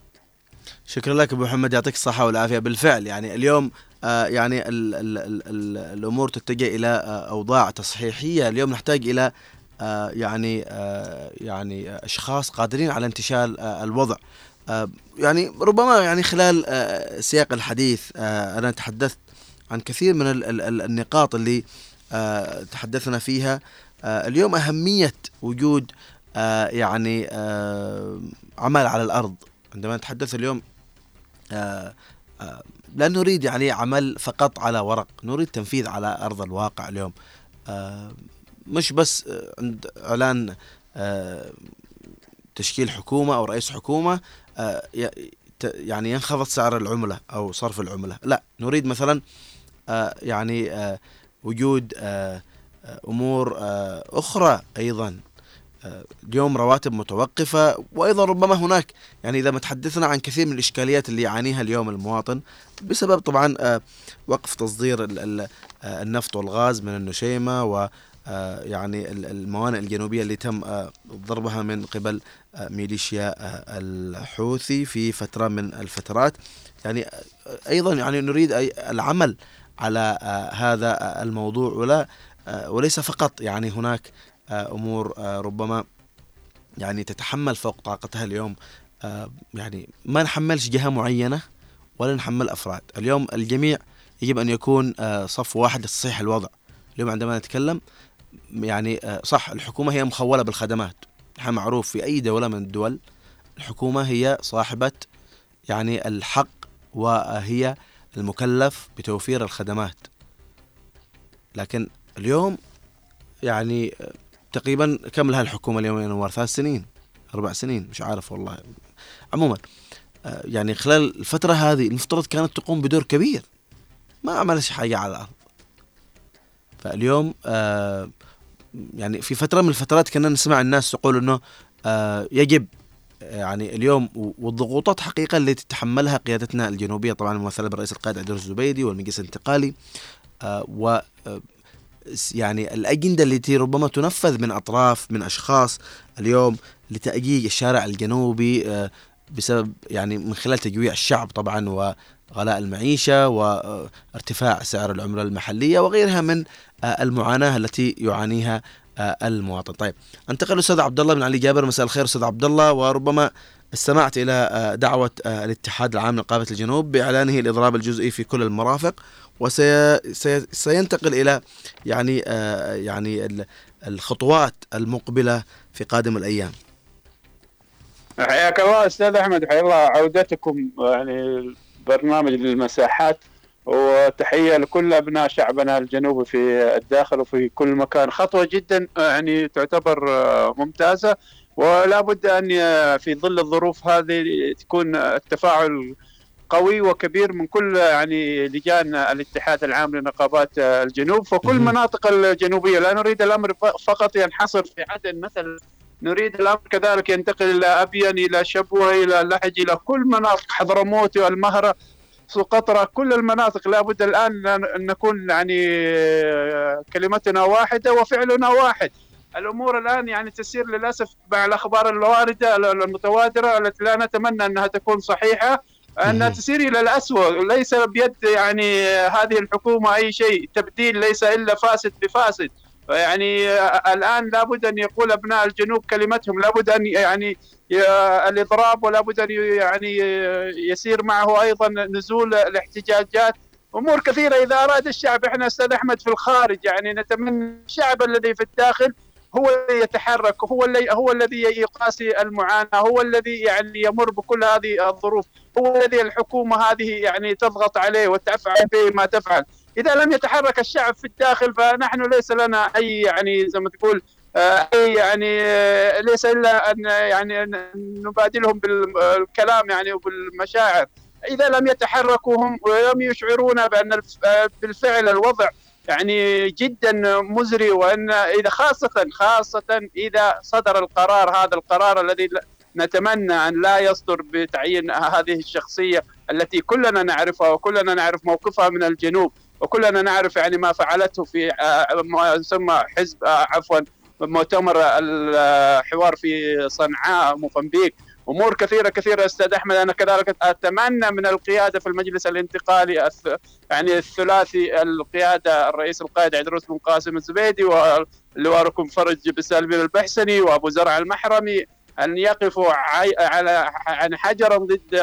شكرا لك أبو محمد، يعطيك الصحة والعافية. بالفعل يعني اليوم آه يعني ال ال ال ال الأمور تتجه إلى آه أوضاع تصحيحية. اليوم نحتاج إلى آه يعني آه يعني أشخاص قادرين على انتشال آه الوضع. آه يعني ربما يعني خلال آه سياق الحديث آه أنا تحدثت عن كثير من ال ال النقاط اللي آه تحدثنا فيها آه اليوم. أهمية وجود آه يعني آه عمل على الأرض. عندما نتحدث اليوم آه آه لا نريد يعني عمل فقط على ورق، نريد تنفيذ على أرض الواقع. اليوم آه مش بس عند إعلان آه تشكيل حكومة أو رئيس حكومة آه يعني ينخفض سعر العملة أو صرف العملة، لا، نريد مثلا آه يعني آه وجود آه أمور آه أخرى أيضا اليوم رواتب متوقفة، وأيضا ربما هناك يعني إذا ما تحدثنا عن كثير من الإشكاليات اللي يعانيها اليوم المواطن بسبب طبعا وقف تصدير النفط والغاز من النشيمة، و يعني الموانئ الجنوبية اللي تم ضربها من قبل ميليشيا الحوثي في فترة من الفترات. يعني أيضا يعني نريد العمل على هذا الموضوع، ولا وليس فقط يعني هناك أمور ربما يعني تتحمل فوق طاقتها اليوم. يعني ما نحملش جهة معينة ولا نحمل أفراد. اليوم الجميع يجب أن يكون صف واحد لتصحيح الوضع. اليوم عندما نتكلم يعني صح الحكومة هي مخولة بالخدمات، نحن معروف في أي دولة من الدول الحكومة هي صاحبة يعني الحق وهي المكلف بتوفير الخدمات، لكن اليوم يعني تقريبا كم لها الحكومة اليوم يا نوار؟ ثلاث سنين أربع سنين مش عارف والله. عموما يعني خلال الفترة هذه المفترض كانت تقوم بدور كبير، ما عملش حاجة على الأرض. فاليوم آه يعني في فترة من الفترات كنا نسمع الناس تقول إنه آه يجب يعني اليوم، والضغوطات حقيقة اللي تتحملها قيادتنا الجنوبية طبعا ممثلة بالرئيس القائد عيدروس الزبيدي والمجلس الانتقالي، آه و يعني الأجندة التي ربما تنفذ من أطراف من أشخاص اليوم لتأجيج الشارع الجنوبي آه بسبب يعني من خلال تجويع الشعب طبعا وغلاء المعيشة وارتفاع سعر العملة المحلية وغيرها من المعاناة التي يعانيها المواطن. طيب انتقل أستاذ عبد الله بن علي جابر. مساء الخير أستاذ عبد الله. وربما استمعت إلى دعوة الاتحاد العام لنقابة الجنوب بإعلانه الإضراب الجزئي في كل المرافق، وسينتقل إلى يعني يعني الخطوات المقبلة في قادم الأيام. حياك الله أستاذ أحمد، حيا الله عودتكم يعني برنامج للمساحات، وتحية لكل أبناء شعبنا الجنوبي في الداخل وفي كل مكان. خطوة جدا يعني تعتبر ممتازة، ولا بد أن في ظل الظروف هذه تكون التفاعل قوي وكبير من كل يعني لجان الاتحاد العام لنقابات الجنوب فكل مناطق الجنوبية. لا نريد الأمر فقط ينحصر في عدن مثلا، نريد الأمر كذلك ينتقل إلى أبين، إلى شبوة، إلى لحج، إلى كل مناطق حضرموت والمهرة سقطرى، كل المناطق. لابد الآن أن نكون يعني كلمتنا واحدة وفعلنا واحد. الأمور الآن يعني تسير للأسف مع الأخبار الواردة المتواترة التي لا نتمنى أنها تكون صحيحة، أنها تسير إلى الأسوأ. ليس بيد يعني هذه الحكومة أي شيء، تبديل ليس إلا فاسد بفاسد. يعني الآن لابد أن يقول أبناء الجنوب كلمتهم، لابد أن يعني الإضراب، ولابد أن يعني يسير معه أيضا نزول الاحتجاجات. أمور كثيرة إذا أراد الشعب. إحنا أستاذ أحمد في الخارج يعني نتمنى الشعب الذي في الداخل هو الذي يتحرك، هو الذي هو الذي يقاسي المعاناة، هو الذي يعني يمر بكل هذه الظروف، هو الذي الحكومة هذه يعني تضغط عليه وتفعل به ما تفعل. إذا لم يتحرك الشعب في الداخل فنحن ليس لنا أي يعني زي ما تقول أي يعني ليس إلا أن يعني نبادلهم بالكلام يعني وبالمشاعر. إذا لم يتحركوا هم ولم يشعرونا بأن بالفعل الوضع يعني جدا مزري، وأن إذا خاصة خاصة إذا صدر القرار، هذا القرار الذي نتمنى أن لا يصدر بتعيين هذه الشخصية التي كلنا نعرفها وكلنا نعرف موقفها من الجنوب، وكلنا نعرف يعني ما فعلته في ما يسمى حزب عفوا مؤتمر الحوار في صنعاء موزمبيق. أمور كثيرة كثيرة أستاذ أحمد. أنا كذلك أتمنى من القيادة في المجلس الانتقالي يعني الثلاثي القيادة، الرئيس القائد عيدروس بن قاسم الزبيدي ولواء فرج بسالم البحسني وأبو زرع المحرمي، أن يقفوا على عن حجرا ضد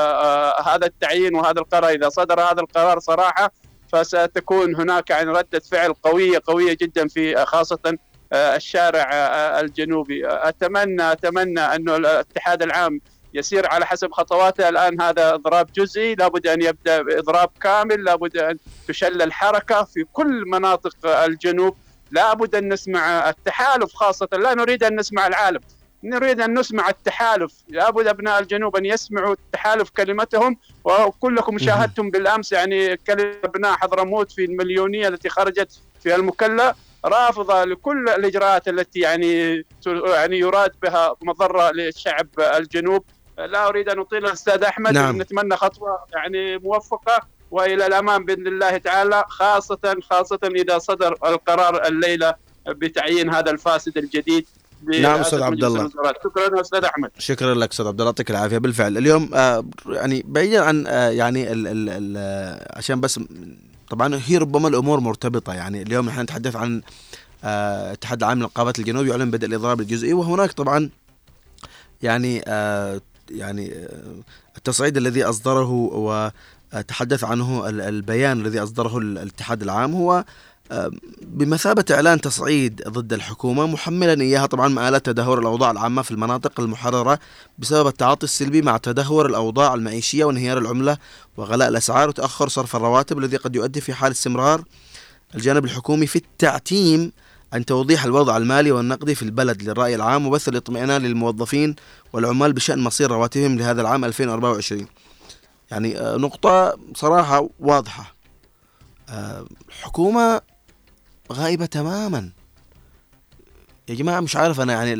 هذا التعيين وهذا القرار. إذا صدر هذا القرار صراحة فستكون هناك يعني ردة فعل قوية قوية جدا في خاصة الشارع الجنوبي. أتمنى أتمنى أن الاتحاد العام يسير على حسب خطواته. الآن هذا إضراب جزئي، لابد أن يبدأ بإضراب كامل، لابد أن تشل الحركة في كل مناطق الجنوب. لابد أن نسمع التحالف، خاصة لا نريد أن نسمع العالم، نريد أن نسمع التحالف. لابد أبناء الجنوب أن يسمعوا التحالف كلمتهم، وكلكم شاهدتم بالأمس يعني كلمة أبناء حضرموت في المليونية التي خرجت في المكلا. رافضة لكل الإجراءات التي يعني يعني يراد بها مضرة للشعب الجنوب. لا أريد أن أطيل الأستاذ أحمد. نعم. نتمنى خطوة يعني موفقة وإلى الأمام بإذن الله تعالى، خاصة خاصة إذا صدر القرار الليلة بتعيين هذا الفاسد الجديد. نعم أستاذ عبد الله. شكرا أستاذ أحمد. شكرا لك أستاذ عبد الله، يعطيك العافية. بالفعل اليوم آه يعني بعيدا عن آه يعني ال ال ال عشان بس طبعا هي ربما الأمور مرتبطة. يعني اليوم نحن نتحدث عن آه اتحاد العام للنقابات الجنوب يعلن بدء الإضراب الجزئي، وهناك طبعا يعني آه يعني آه التصعيد الذي أصدره وتحدث عنه البيان الذي أصدره الاتحاد العام هو بمثابة إعلان تصعيد ضد الحكومة، محملا إياها طبعا مآلات تدهور الأوضاع العامة في المناطق المحررة بسبب التعاطي السلبي مع تدهور الأوضاع المعيشية وانهيار العملة وغلاء الأسعار وتأخر صرف الرواتب، الذي قد يؤدي في حال استمرار الجانب الحكومي في التعتيم عن توضيح الوضع المالي والنقدي في البلد للرأي العام وبث الاطمئنان للموظفين والعمال بشأن مصير رواتبهم لهذا العام ألفين وأربعة وعشرين. يعني نقطة صراحة واضحة، الحكومة غائبة تماما يا جماعة. مش عارف أنا يعني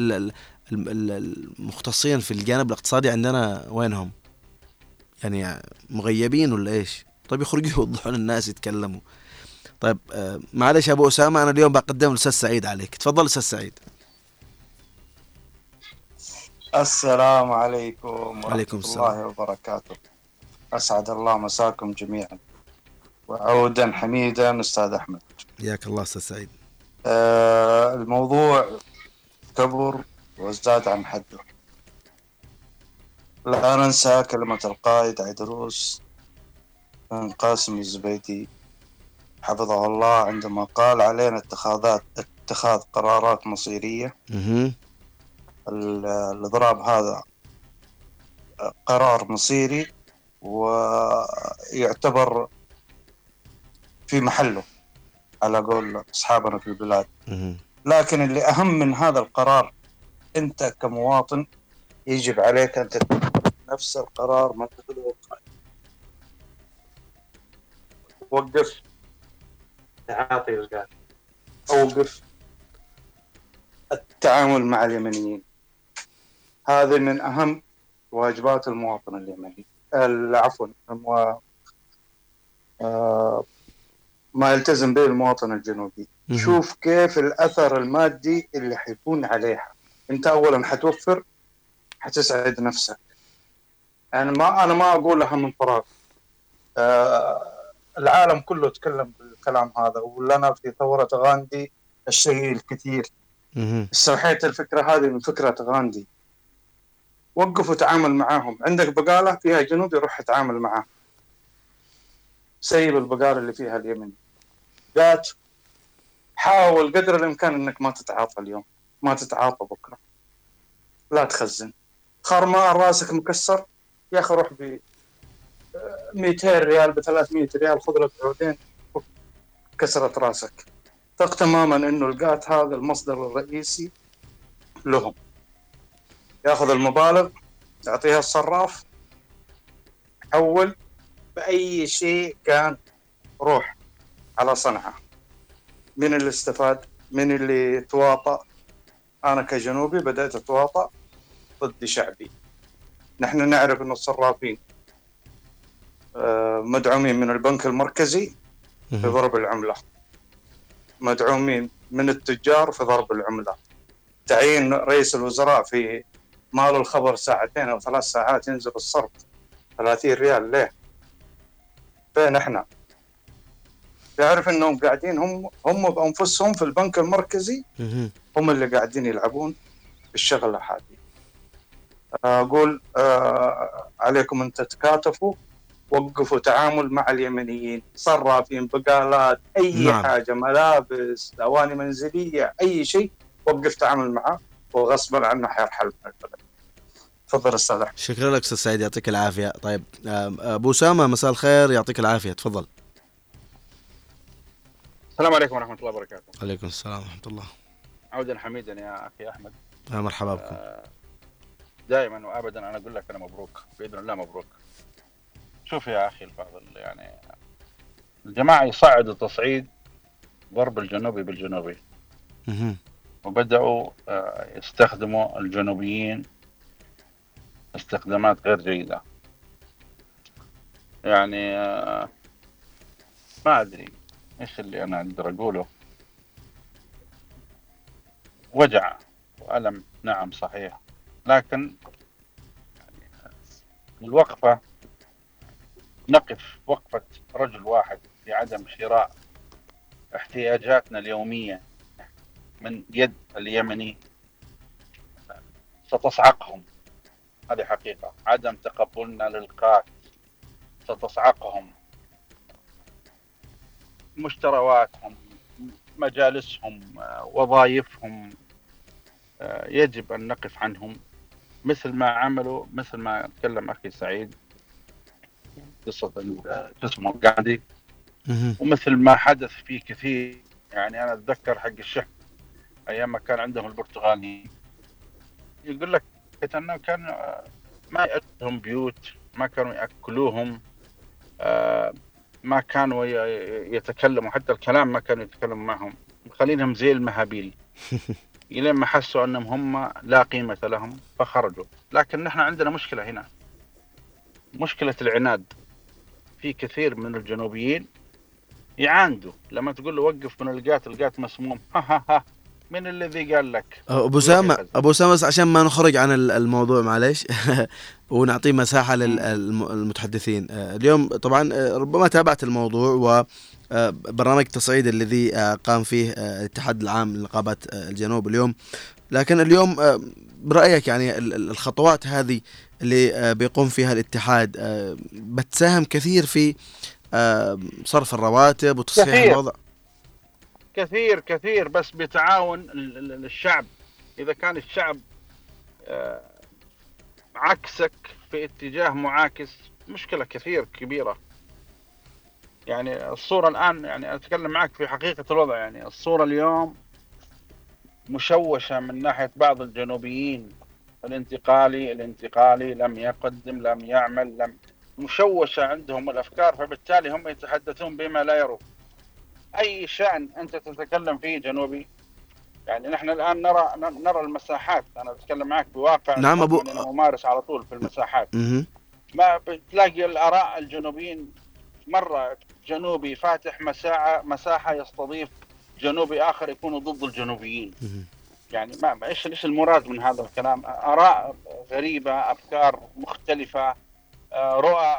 المختصين في الجانب الاقتصادي عندنا وينهم؟ يعني مغيبين ولا إيش؟ طيب يخرجوا يوضحون الناس يتكلموا. طيب آه معلش يا أبو أسامة، أنا اليوم بقدم الأستاذ سعيد عليك. تفضل أستاذ سعيد. السلام عليكم ورحمة الله وبركاته. أسعد الله مساكم جميعا وعودا حميدا أستاذ أحمد. حياك الله أستاذ سعيد. آه الموضوع كبر وازداد عن حده. لا ننسى كلمة القائد عيدروس بن قاسم الزبيدي حفظه الله عندما قال علينا اتخاذات اتخاذ قرارات مصيرية. الإضراب هذا قرار مصيري ويعتبر في محله على قول أصحابنا في البلاد. لكن اللي أهم من هذا القرار، أنت كمواطن يجب عليك أن تتخذ نفس القرار ما تتخذه القائد. وقف تعاطي الغاز، أوقف التعامل مع اليمنيين. هذه من أهم واجبات المواطن اليمني. عفوا آه ما يلتزم به المواطن الجنوبي. شوف كيف الأثر المادي اللي حيكون عليها. أنت أولا حتوفر، حتسعد نفسك. يعني ما أنا ما أقولها من فراغ. آه العالم كله تكلم بالكلام هذا، ولنا في ثورة غاندي الشيء الكثير. استوحيت الفكرة هذه من فكرة غاندي. وقف وتعامل معاهم. عندك بقالة فيها جنوب، يروح يتعامل معاه. سيب البقالة اللي فيها اليمن. جات حاول قدر الإمكان إنك ما تتعاطى اليوم، ما تتعاطى بكرة، لا تخزن. خرمان راسك مكسر يا أخي، روح ب مئتين ريال ب ثلاثمئة ريال، خذ لك عودين كسرت راسك. ثق تماما إنه القات هذا المصدر الرئيسي لهم. ياخذ المبالغ يعطيها الصراف، حول بأي شيء كان، روح على صنعاء. من اللي استفاد؟ من اللي تواطأ؟ أنا كجنوبي بدأت أتواطأ ضد شعبي. نحن نعرف أن الصرافين مدعومين من البنك المركزي في ضرب العملة، مدعومين من التجار في ضرب العملة. تعيين رئيس الوزراء في مال الخبر ساعتين أو ثلاث ساعات ينزل الصرف ثلاثين ريال. ليه؟ فين احنا؟ تعرف انهم قاعدين هم هم بانفسهم في البنك المركزي هم اللي قاعدين يلعبون بالشغله هذه. اقول آه عليكم ان تتكاتفوا، وقفوا تعامل مع اليمنيين، صرافين، بقالات، اي نعم. حاجه، ملابس، اواني منزليه، اي شيء، وقف تعامل معه وغصبا عنه حيرحل من البلد. تفضل استاذ. شكرا لك استاذ سعيد، يعطيك العافيه. طيب ابو اسامه مساء الخير، يعطيك العافيه. تفضل. السلام عليكم ورحمه الله وبركاته. عليكم السلام ورحمه الله. عودا حميدا يا اخي احمد. يا مرحبا بكم. دائما وابدا انا اقول لك انا مبروك باذن الله، مبروك. شوف يا اخي الفاضل، يعني الجماعه يصعدوا تصعيد الغرب الجنوبي بالجنوبي، وبدأوا يستخدموا الجنوبيين استخدامات غير جيدة. يعني ما أدري إيش اللي أنا أقدر أقوله. وجع وألم نعم صحيح، لكن الوقفة نقف وقفة رجل واحد في عدم شراء احتياجاتنا اليومية من يد اليمني ستصعقهم. هذه حقيقة. عدم تقبلنا للقات ستصعقهم. مشترواتهم، مجالسهم، وظائفهم، يجب أن نقف عنهم مثل ما عملوا، مثل ما تكلم أخي سعيد قصة اسمه قاعدي، ومثل ما حدث في كثير. يعني أنا أتذكر حق الشحن أيام ما كان عندهم البرتغالي، يقول لك أنه كان ما يأكلهم بيوت، ما كانوا يأكلوهم، ما كانوا يتكلموا، حتى الكلام ما كانوا يتكلموا معهم، مخلينهم زي المهابيل إلى ما حسوا أنهم هم لا قيمة لهم فخرجوا. لكن نحن عندنا مشكلة هنا، مشكلة العناد. في كثير من الجنوبيين يعاندوا لما تقول له وقف من القات، القات مسموم، ها ها ها من الذي قال لك؟ أبو سامة أبو سامة عشان ما نخرج عن الموضوع معلش ونعطي مساحة للمتحدثين. اليوم طبعا ربما تابعت الموضوع وبرنامج تصعيد الذي قام فيه الاتحاد العام لنقابات الجنوب اليوم، لكن اليوم برأيك يعني الخطوات هذه اللي بيقوم فيها الاتحاد بتساهم كثير في صرف الرواتب وتصحيح كثير. الوضع؟ كثير كثير، بس بتعاون الشعب. إذا كان الشعب عكسك في اتجاه معاكس، مشكلة كثير كبيرة. يعني الصورة الآن، يعني أتكلم معك في حقيقة الوضع، يعني الصورة اليوم مشوشة من ناحية بعض الجنوبيين. الانتقالي الانتقالي لم يقدم، لم يعمل، لم مشوشة عندهم الأفكار، فبالتالي هم يتحدثون بما لا يروا. أي شأن أنت تتكلم فيه جنوبي، يعني نحن الآن نرى نرى المساحات. أنا أتكلم معك بواقع، نعم أبو أنا ممارس على طول في المساحات. م- ما بتلاقي الآراء الجنوبيين، مرة جنوبي فاتح مساحة مساحة يستضيف جنوبي آخر يكونوا ضد الجنوبيين. يعني ما إيش إيش المراد من هذا الكلام؟ آراء غريبة، أفكار مختلفة، رؤى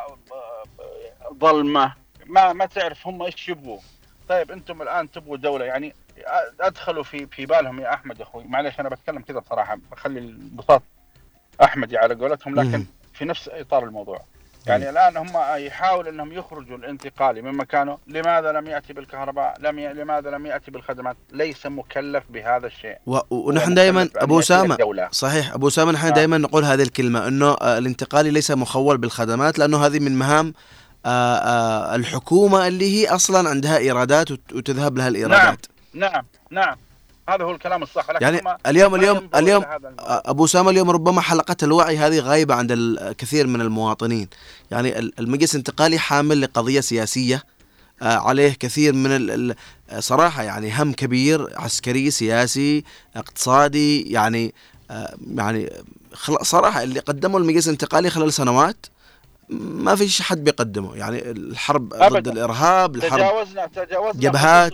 ظلمة، ما ما تعرف هم إيش يبغوا. طيب أنتم الآن تبغوا دولة، يعني أدخلوا في في بالهم يا أحمد أخوي، معلش أنا بتكلم كذا بصراحة، بخلي البساط أحمدي على قولتهم، لكن في نفس إطار الموضوع. يعني الآن هم يحاولوا أنهم يخرجوا الانتقالي من مكانه. لماذا لم يأتي بالكهرباء؟ لم ي... لماذا لم يأتي بالخدمات؟ ليس مكلف بهذا الشيء. و... ونحن دائما أبو سامة، صحيح أبو سامة، نحن دائما نقول هذه الكلمة، أنه الانتقالي ليس مخول بالخدمات، لأنه هذه من مهام آآ آآ الحكومة اللي هي أصلا عندها إيرادات وتذهب لها الإيرادات. نعم نعم نعم، هذا هو الكلام الصح. يعني اليوم اليوم اليوم أبو سامة، اليوم ربما حلقة الوعي هذه غايبة عند الكثير من المواطنين. يعني المجلس الانتقالي حامل لقضية سياسية، عليه كثير من صراحة يعني هم كبير، عسكري، سياسي، اقتصادي. يعني يعني صراحة اللي قدموا المجلس الانتقالي خلال سنوات ما فيش حد بيقدمه. يعني الحرب أبداً. ضد الإرهاب، الحرب تجاوزنا تجاوزنا جبهات.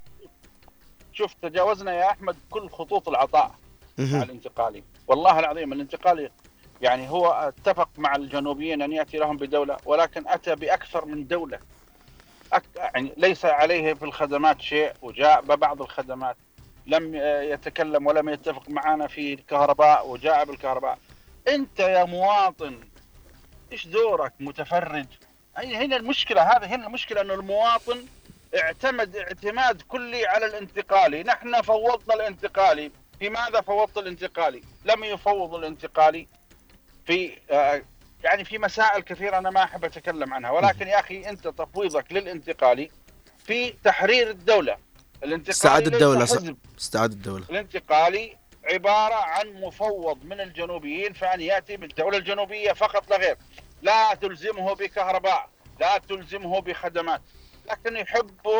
شوف تجاوزنا يا أحمد كل خطوط العطاء مع الانتقالي. والله العظيم الانتقالي يعني هو اتفق مع الجنوبيين أن يأتي لهم بدولة، ولكن أتى بأكثر من دولة. أك... يعني ليس عليه في الخدمات شيء، وجاء ببعض الخدمات. لم يتكلم ولم يتفق معنا في الكهرباء، وجاء بالكهرباء. أنت يا مواطن إيش دورك؟ متفرج. هنا المشكلة، هذا هنا المشكلة، أنه المواطن اعتمد اعتماد كلي على الانتقالي. نحن فوضنا الانتقالي. في ماذا فوضت الانتقالي؟ لم يفوض الانتقالي في آه يعني في مسائل كثيرة أنا ما أحب أتكلم عنها، ولكن يا أخي أنت تفويضك للانتقالي في تحرير الدولة. الانتقالي استعاد الدولة حزب. استعاد الدولة. الانتقالي عبارة عن مفوض من الجنوبيين، فأن يأتي بالدولة الجنوبية فقط لا غير. لا تلزمه بكهرباء، لا تلزمه بخدمات، لكن يحبوا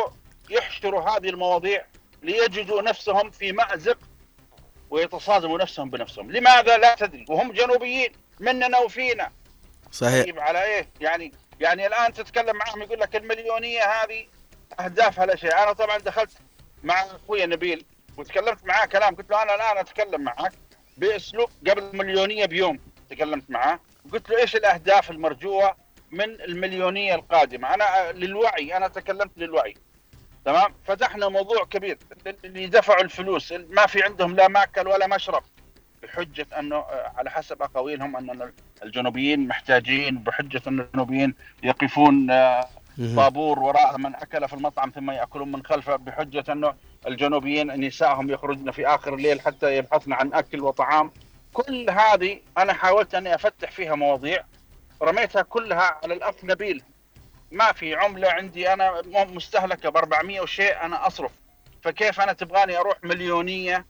يحشروا هذه المواضيع ليجدوا نفسهم في مأزق ويتصادموا نفسهم بنفسهم. لماذا لا تدري، وهم جنوبيين مننا وفينا. صحيح. طيب على ايه يعني؟ يعني الان تتكلم معهم يقول لك المليونيه هذه اهدافها لا شيء. انا طبعا دخلت مع اخوي نبيل وتكلمت معاه كلام، قلت له انا الان اتكلم معك باسلوب قبل المليونيه بيوم، تكلمت معاه وقلت له ايش الاهداف المرجوه من المليونيه القادمه. انا للوعي، انا تكلمت للوعي، تمام. فتحنا موضوع كبير، اللي دفعوا الفلوس ما في عندهم لا ماكل ولا مشرب، بحجه انه على حسب اقاويلهم ان الجنوبيين محتاجين، بحجه ان الجنوبيين يقفون طابور وراء من اكل في المطعم ثم ياكلون من خلفه، بحجه انه الجنوبيين نسائهم يخرجن في اخر الليل حتى يبحثن عن اكل وطعام. كل هذه انا حاولت اني افتح فيها مواضيع، رميتها كلها على الاخ نبيل. ما في عمله عندي انا مستهلكه ب أربعمية وشيء انا اصرف، فكيف انا تبغاني اروح مليونيه؟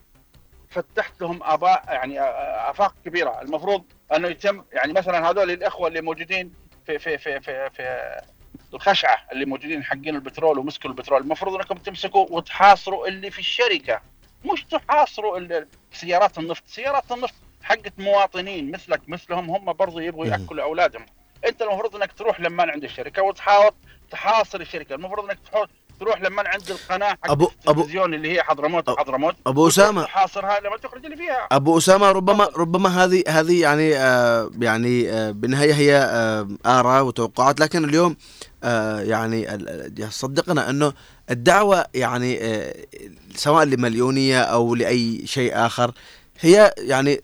فتحت لهم اباء يعني افاق كبيره. المفروض انه يتم يعني مثلا هذول الاخوه اللي موجودين في في في في, في الخشعه اللي موجودين حقين البترول ومسكوا البترول، المفروض انكم تمسكوا وتحاصروا اللي في الشركه، مش تحاصروا سيارات النفط. سيارات النفط حقت مواطنين مثلك مثلهم، هم برضو يبغوا ياكلوا اولادهم. انت المفروض انك تروح لما عند الشركه وتحاول تحاصر الشركه. المفروض انك تروح لما عند القناه حق أبو التلفزيون اللي هي حضرموت حضرموت ابو اسامه تحاصرها لما تخرج اللي فيها. ابو اسامه ربما ربما هذه هذه يعني آه يعني آه بالنهايه هي آه اراء وتوقعات، لكن اليوم آه يعني صدقنا انه الدعوه يعني آه سواء لمليونيه او لاي شيء اخر هي يعني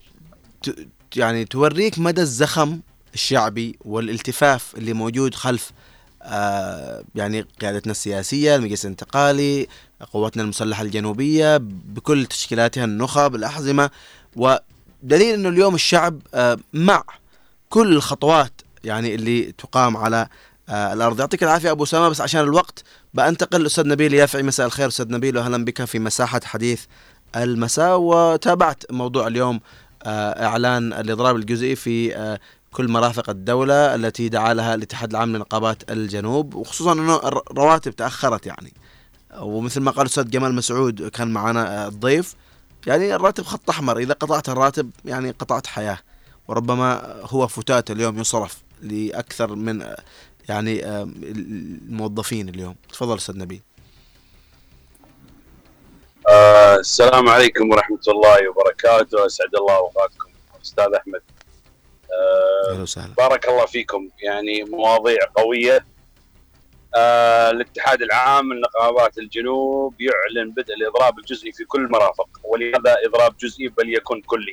يعني توريك مدى الزخم الشعبي والالتفاف اللي موجود خلف آه يعني قيادتنا السياسية، المجلس الانتقالي، قواتنا المسلحة الجنوبية بكل تشكيلاتها، النخب، الأحزمة. ودليل أنه اليوم الشعب آه مع كل الخطوات يعني اللي تقام على آه الأرض. يعطيك العافية أبو أسامة، بس عشان الوقت بأنتقل لأستاذ نبيل يافعي. مساء الخير أستاذ نبيل، وأهلا بك في مساحة حديث المساء. وتابعت موضوع اليوم آه إعلان الإضراب الجزئي في آه كل مرافق الدولة التي دعا لها الاتحاد العام لنقابات الجنوب، وخصوصا أنه الرواتب تأخرت يعني، ومثل ما قال الأستاذ جمال مسعود كان معنا الضيف، يعني الراتب خط أحمر، إذا قطعت الراتب يعني قطعت حياة، وربما هو فتات اليوم يصرف لأكثر من يعني الموظفين اليوم. تفضل أستاذ نبيل. آه السلام عليكم ورحمة الله وبركاته، أسعد الله أوقاتكم أستاذ أحمد. آه بارك الله فيكم. يعني مواضيع قوية. آه الاتحاد العام لنقابات الجنوب يعلن بدء الإضراب الجزئي في كل المرافق، ولهذا إضراب جزئي بل يكون كلي.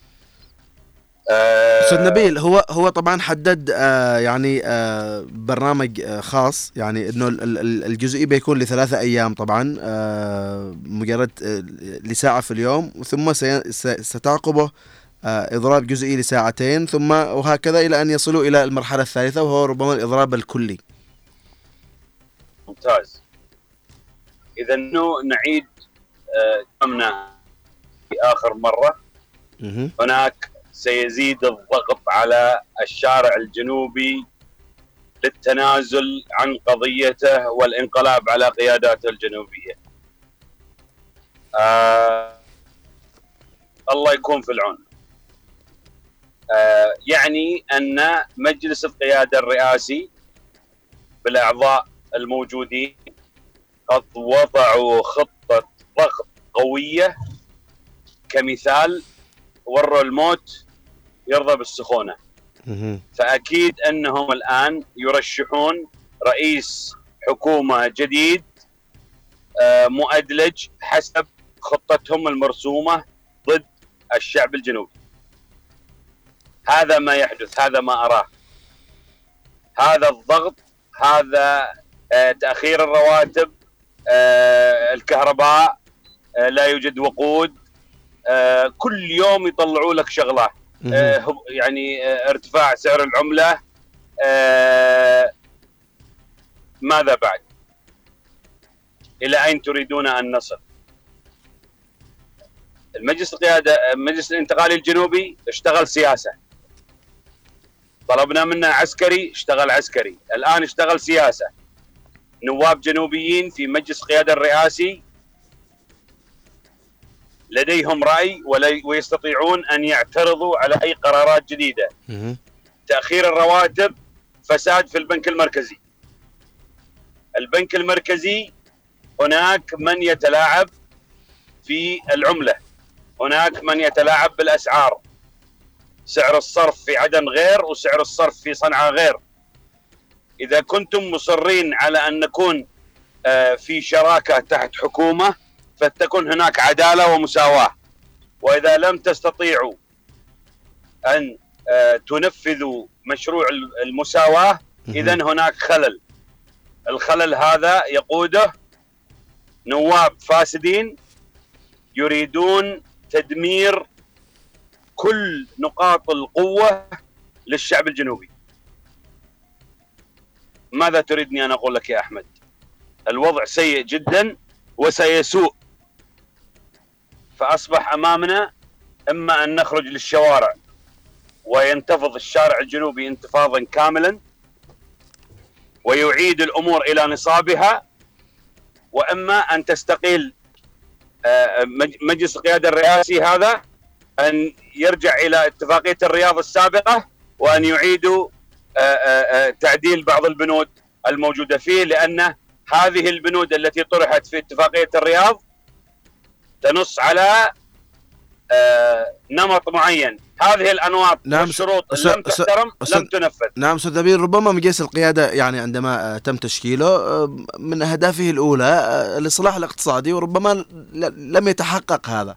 أستاذ آه نبيل، هو هو طبعا حدد آه يعني آه برنامج آه خاص، يعني انه الجزئي بيكون لثلاثة ايام طبعا، آه مجرد آه لساعة في اليوم، ثم ستعقبه آه إضراب جزئي لساعتين، ثم وهكذا إلى أن يصلوا إلى المرحلة الثالثة وهو ربما الإضراب الكلي. ممتاز. إذا نعيد كلامنا آه في آخر مرة. م- هناك سيزيد الضغط على الشارع الجنوبي للتنازل عن قضيته والانقلاب على قياداته الجنوبية. آه الله يكون في العون. آه يعني أن مجلس القيادة الرئاسي بالأعضاء الموجودين قد وضعوا خطة ضغط قوية، كمثال وروا الموت يرضى بالسخونة. فأكيد أنهم الآن يرشحون رئيس حكومة جديد آه مؤدلج حسب خطتهم المرسومة ضد الشعب الجنوبي. هذا ما يحدث، هذا ما أراه. هذا الضغط، هذا آه تأخير الرواتب، آه الكهرباء، آه لا يوجد وقود، آه كل يوم يطلعوا لك شغلة، آه يعني آه ارتفاع سعر العملة. آه ماذا بعد؟ إلى أين تريدون أن نصل؟ المجلس القيادة المجلس الانتقالي الجنوبي اشتغل سياسة، طلبنا منه عسكري اشتغل عسكري، الآن اشتغل سياسة. نواب جنوبيين في مجلس القيادة الرئاسي لديهم رأي ويستطيعون أن يعترضوا على أي قرارات جديدة. تأخير الرواتب فساد في البنك المركزي. البنك المركزي هناك من يتلاعب في العملة، هناك من يتلاعب بالأسعار، سعر الصرف في عدن غير وسعر الصرف في صنعاء غير. إذا كنتم مصرين على أن نكون في شراكة تحت حكومة فتكون هناك عدالة ومساواة، وإذا لم تستطيعوا أن تنفذوا مشروع المساواة إذن هناك خلل. الخلل هذا يقوده نواب فاسدين يريدون تدمير كل نقاط القوة للشعب الجنوبي. ماذا تريدني أن أقول لك يا أحمد؟ الوضع سيء جدا وسيسوء، فأصبح أمامنا إما أن نخرج للشوارع وينتفض الشارع الجنوبي انتفاضا كاملا ويعيد الأمور إلى نصابها، وإما أن تستقيل مجلس القيادة الرئاسي هذا أن يرجع إلى اتفاقية الرياض السابقة وأن يعيدوا تعديل بعض البنود الموجودة فيه، لأن هذه البنود التي طرحت في اتفاقية الرياض تنص على نمط معين. هذه الأنواط نعم والشروط لم تحترم لم تنفذ. نعم أستاذ نبيل، ربما مجلس القيادة يعني عندما تم تشكيله من أهدافه الأولى الإصلاح الاقتصادي، وربما لم يتحقق هذا.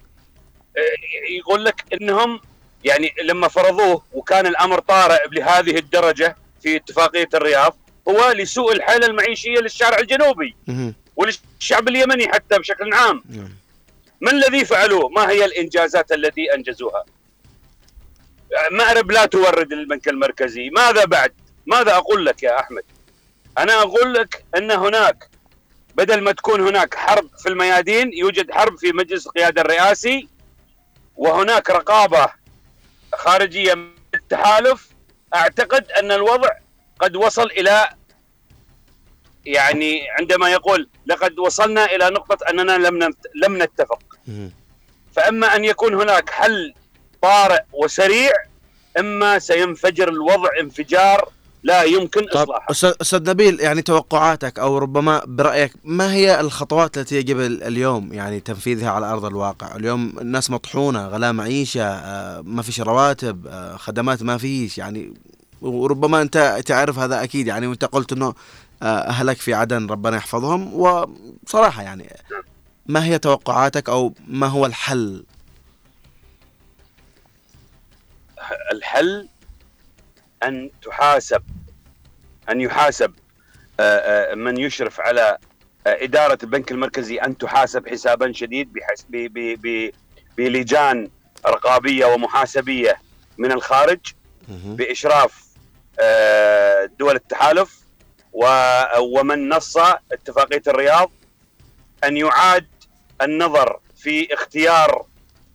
يقول لك إنهم يعني لما فرضوه وكان الأمر طارئ لهذه الدرجة في اتفاقية الرياض هو لسوء الحالة المعيشية للشارع الجنوبي وللشعب اليمني حتى بشكل عام. ما الذي فعلوه؟ ما هي الإنجازات التي أنجزوها؟ مأرب لا تورد للبنك المركزي. ماذا بعد؟ ماذا أقول لك يا أحمد؟ أنا أقول لك أن هناك بدل ما تكون هناك حرب في الميادين يوجد حرب في مجلس القيادة الرئاسي، وهناك رقابة خارجية من التحالف. أعتقد أن الوضع قد وصل إلى يعني عندما يقول لقد وصلنا إلى نقطة أننا لم لم نتفق. فإما أن يكون هناك حل طارئ وسريع، إما سينفجر الوضع انفجار لا يمكن إصلاحه. أستاذ نبيل، يعني توقعاتك أو ربما برأيك ما هي الخطوات التي يجب اليوم يعني تنفيذها على أرض الواقع؟ اليوم الناس مطحونة، غلاء معيشة، ما فيش رواتب، خدمات ما فيش، يعني وربما أنت تعرف هذا أكيد يعني، وأنت قلت أنه أهلك في عدن ربنا يحفظهم، وصراحة يعني ما هي توقعاتك أو ما هو الحل؟ الحل أن تحاسب أن يحاسب من يشرف على إدارة البنك المركزي، أن تحاسب حسابا شديد بلجان رقابية ومحاسبية من الخارج بإشراف دول التحالف ومن نص اتفاقية الرياض. أن يعاد النظر في اختيار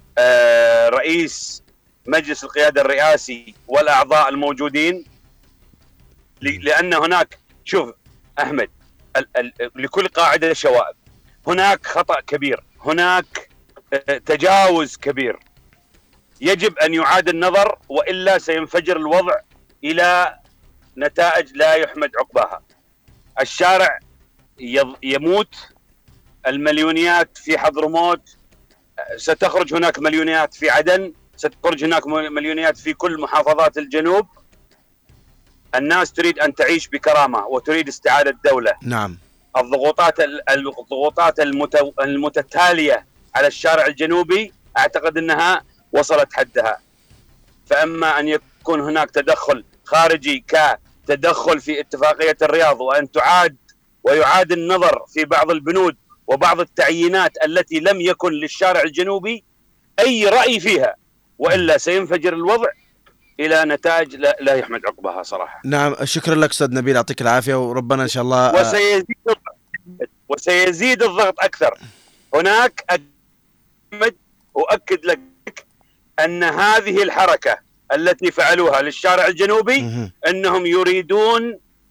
رئيس مجلس القيادة الرئاسي والأعضاء الموجودين، لأن هناك شوف أحمد ال ال لكل قاعدة شوائب. هناك خطأ كبير، هناك تجاوز كبير، يجب أن يعاد النظر وإلا سينفجر الوضع إلى نتائج لا يحمد عقباها. الشارع يموت، المليونيات في حضرموت، ستخرج هناك مليونيات في عدن، ستخرج هناك مليونيات في كل محافظات الجنوب. الناس تريد أن تعيش بكرامة وتريد استعادة الدولة. نعم. الضغوطات الضغوطات المتتالية على الشارع الجنوبي أعتقد أنها وصلت حدها. فأما أن يكون هناك تدخل خارجي كتدخل في اتفاقية الرياض، وأن تعاد ويعاد النظر في بعض البنود وبعض التعيينات التي لم يكن للشارع الجنوبي أي رأي فيها، وإلا سينفجر الوضع إلى نتائج لا, لا يحمد عقبها صراحة. نعم، شكرا لك أستاذ نبيل، يعطيك العافية، وربنا إن شاء الله وسيزيد وسيزيد الضغط أكثر. هناك أكد وأكد لك أن هذه الحركة التي فعلوها للشارع الجنوبي أنهم يريدون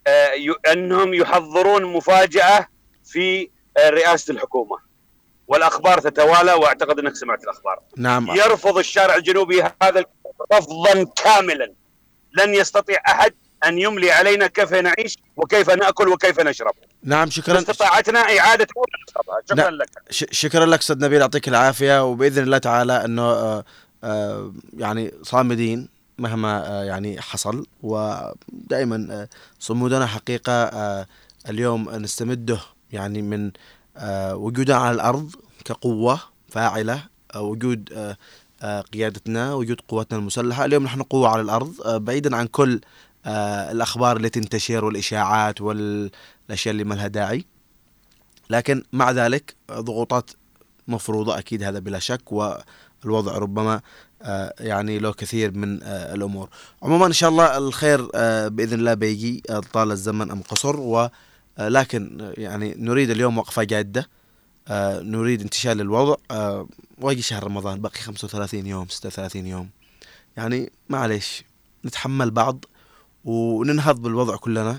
أنهم يحضرون مفاجأة في رئاسة الحكومة، والأخبار تتوالى، وأعتقد أنك سمعت الأخبار. نعم. يرفض الشارع الجنوبي هذا رفضا كاملا. لن يستطيع أحد أن يملي علينا كيف نعيش وكيف نأكل وكيف نشرب. نعم شكرا. استطاعتنا إعادة شكرا نعم. لك. شكرا لك أستاذ نبيل، يعطيك العافية، وبإذن الله تعالى أنه آه آه يعني صامدين مهما آه يعني حصل، ودائما آه صمودنا حقيقة آه اليوم نستمده يعني من آه وجودنا على الأرض كقوة فاعلة، آه وجود آه آه قيادتنا، وجود قواتنا المسلحة. اليوم نحن قوة على الأرض، آه بعيدا عن كل آه الأخبار التي تنتشر والإشاعات والأشياء اللي ما لها داعي، لكن مع ذلك ضغوطات مفروضة أكيد، هذا بلا شك، والوضع ربما آه يعني له كثير من آه الأمور. عموما إن شاء الله الخير آه بإذن الله بيجي، آه طال الزمن أم قصر، ولكن يعني نريد اليوم وقفة جادة، آه نريد انتشال الوضع، آه ويجي شهر رمضان باقي خمسة وثلاثين يوم ستة وثلاثين يوم، يعني معليش نتحمل بعض وننهض بالوضع كلنا،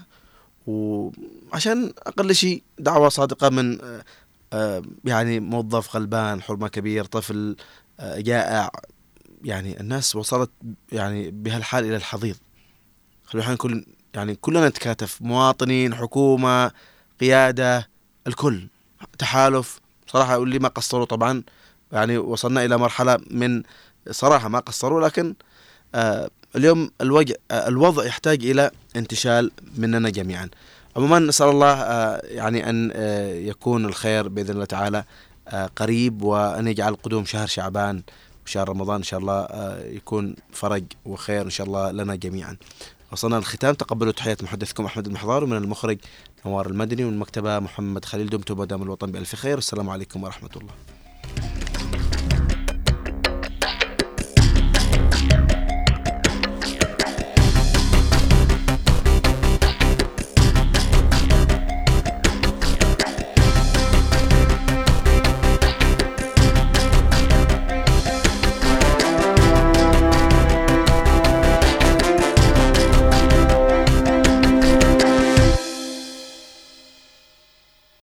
وعشان أقل شيء دعوة صادقة من آه آه يعني موظف غلبان، حرمة كبير، طفل آه جائع، يعني الناس وصلت يعني بهالحال إلى الحضيض. خلونا نكون يعني كلنا نتكاتف، مواطنين، حكومة، قيادة، الكل تحالف صراحة. واللي ما قصروا طبعا، يعني وصلنا إلى مرحلة من صراحة ما قصروا، لكن آه اليوم الوضع آه الوضع يحتاج إلى انتشال مننا جميعا. عموما نسأل الله آه يعني أن آه يكون الخير بإذن الله تعالى آه قريب، وأن يجعل قدوم شهر شعبان وشهر رمضان إن شاء الله آه يكون فرج وخير إن شاء الله لنا جميعا. وصلنا للختام، تقبلوا تحيات محدثكم أحمد المحضار، ومن المخرج نوار المدني، ومن المكتبة محمد خليل. دمتم ودام الوطن بألف خير، والسلام عليكم ورحمة الله.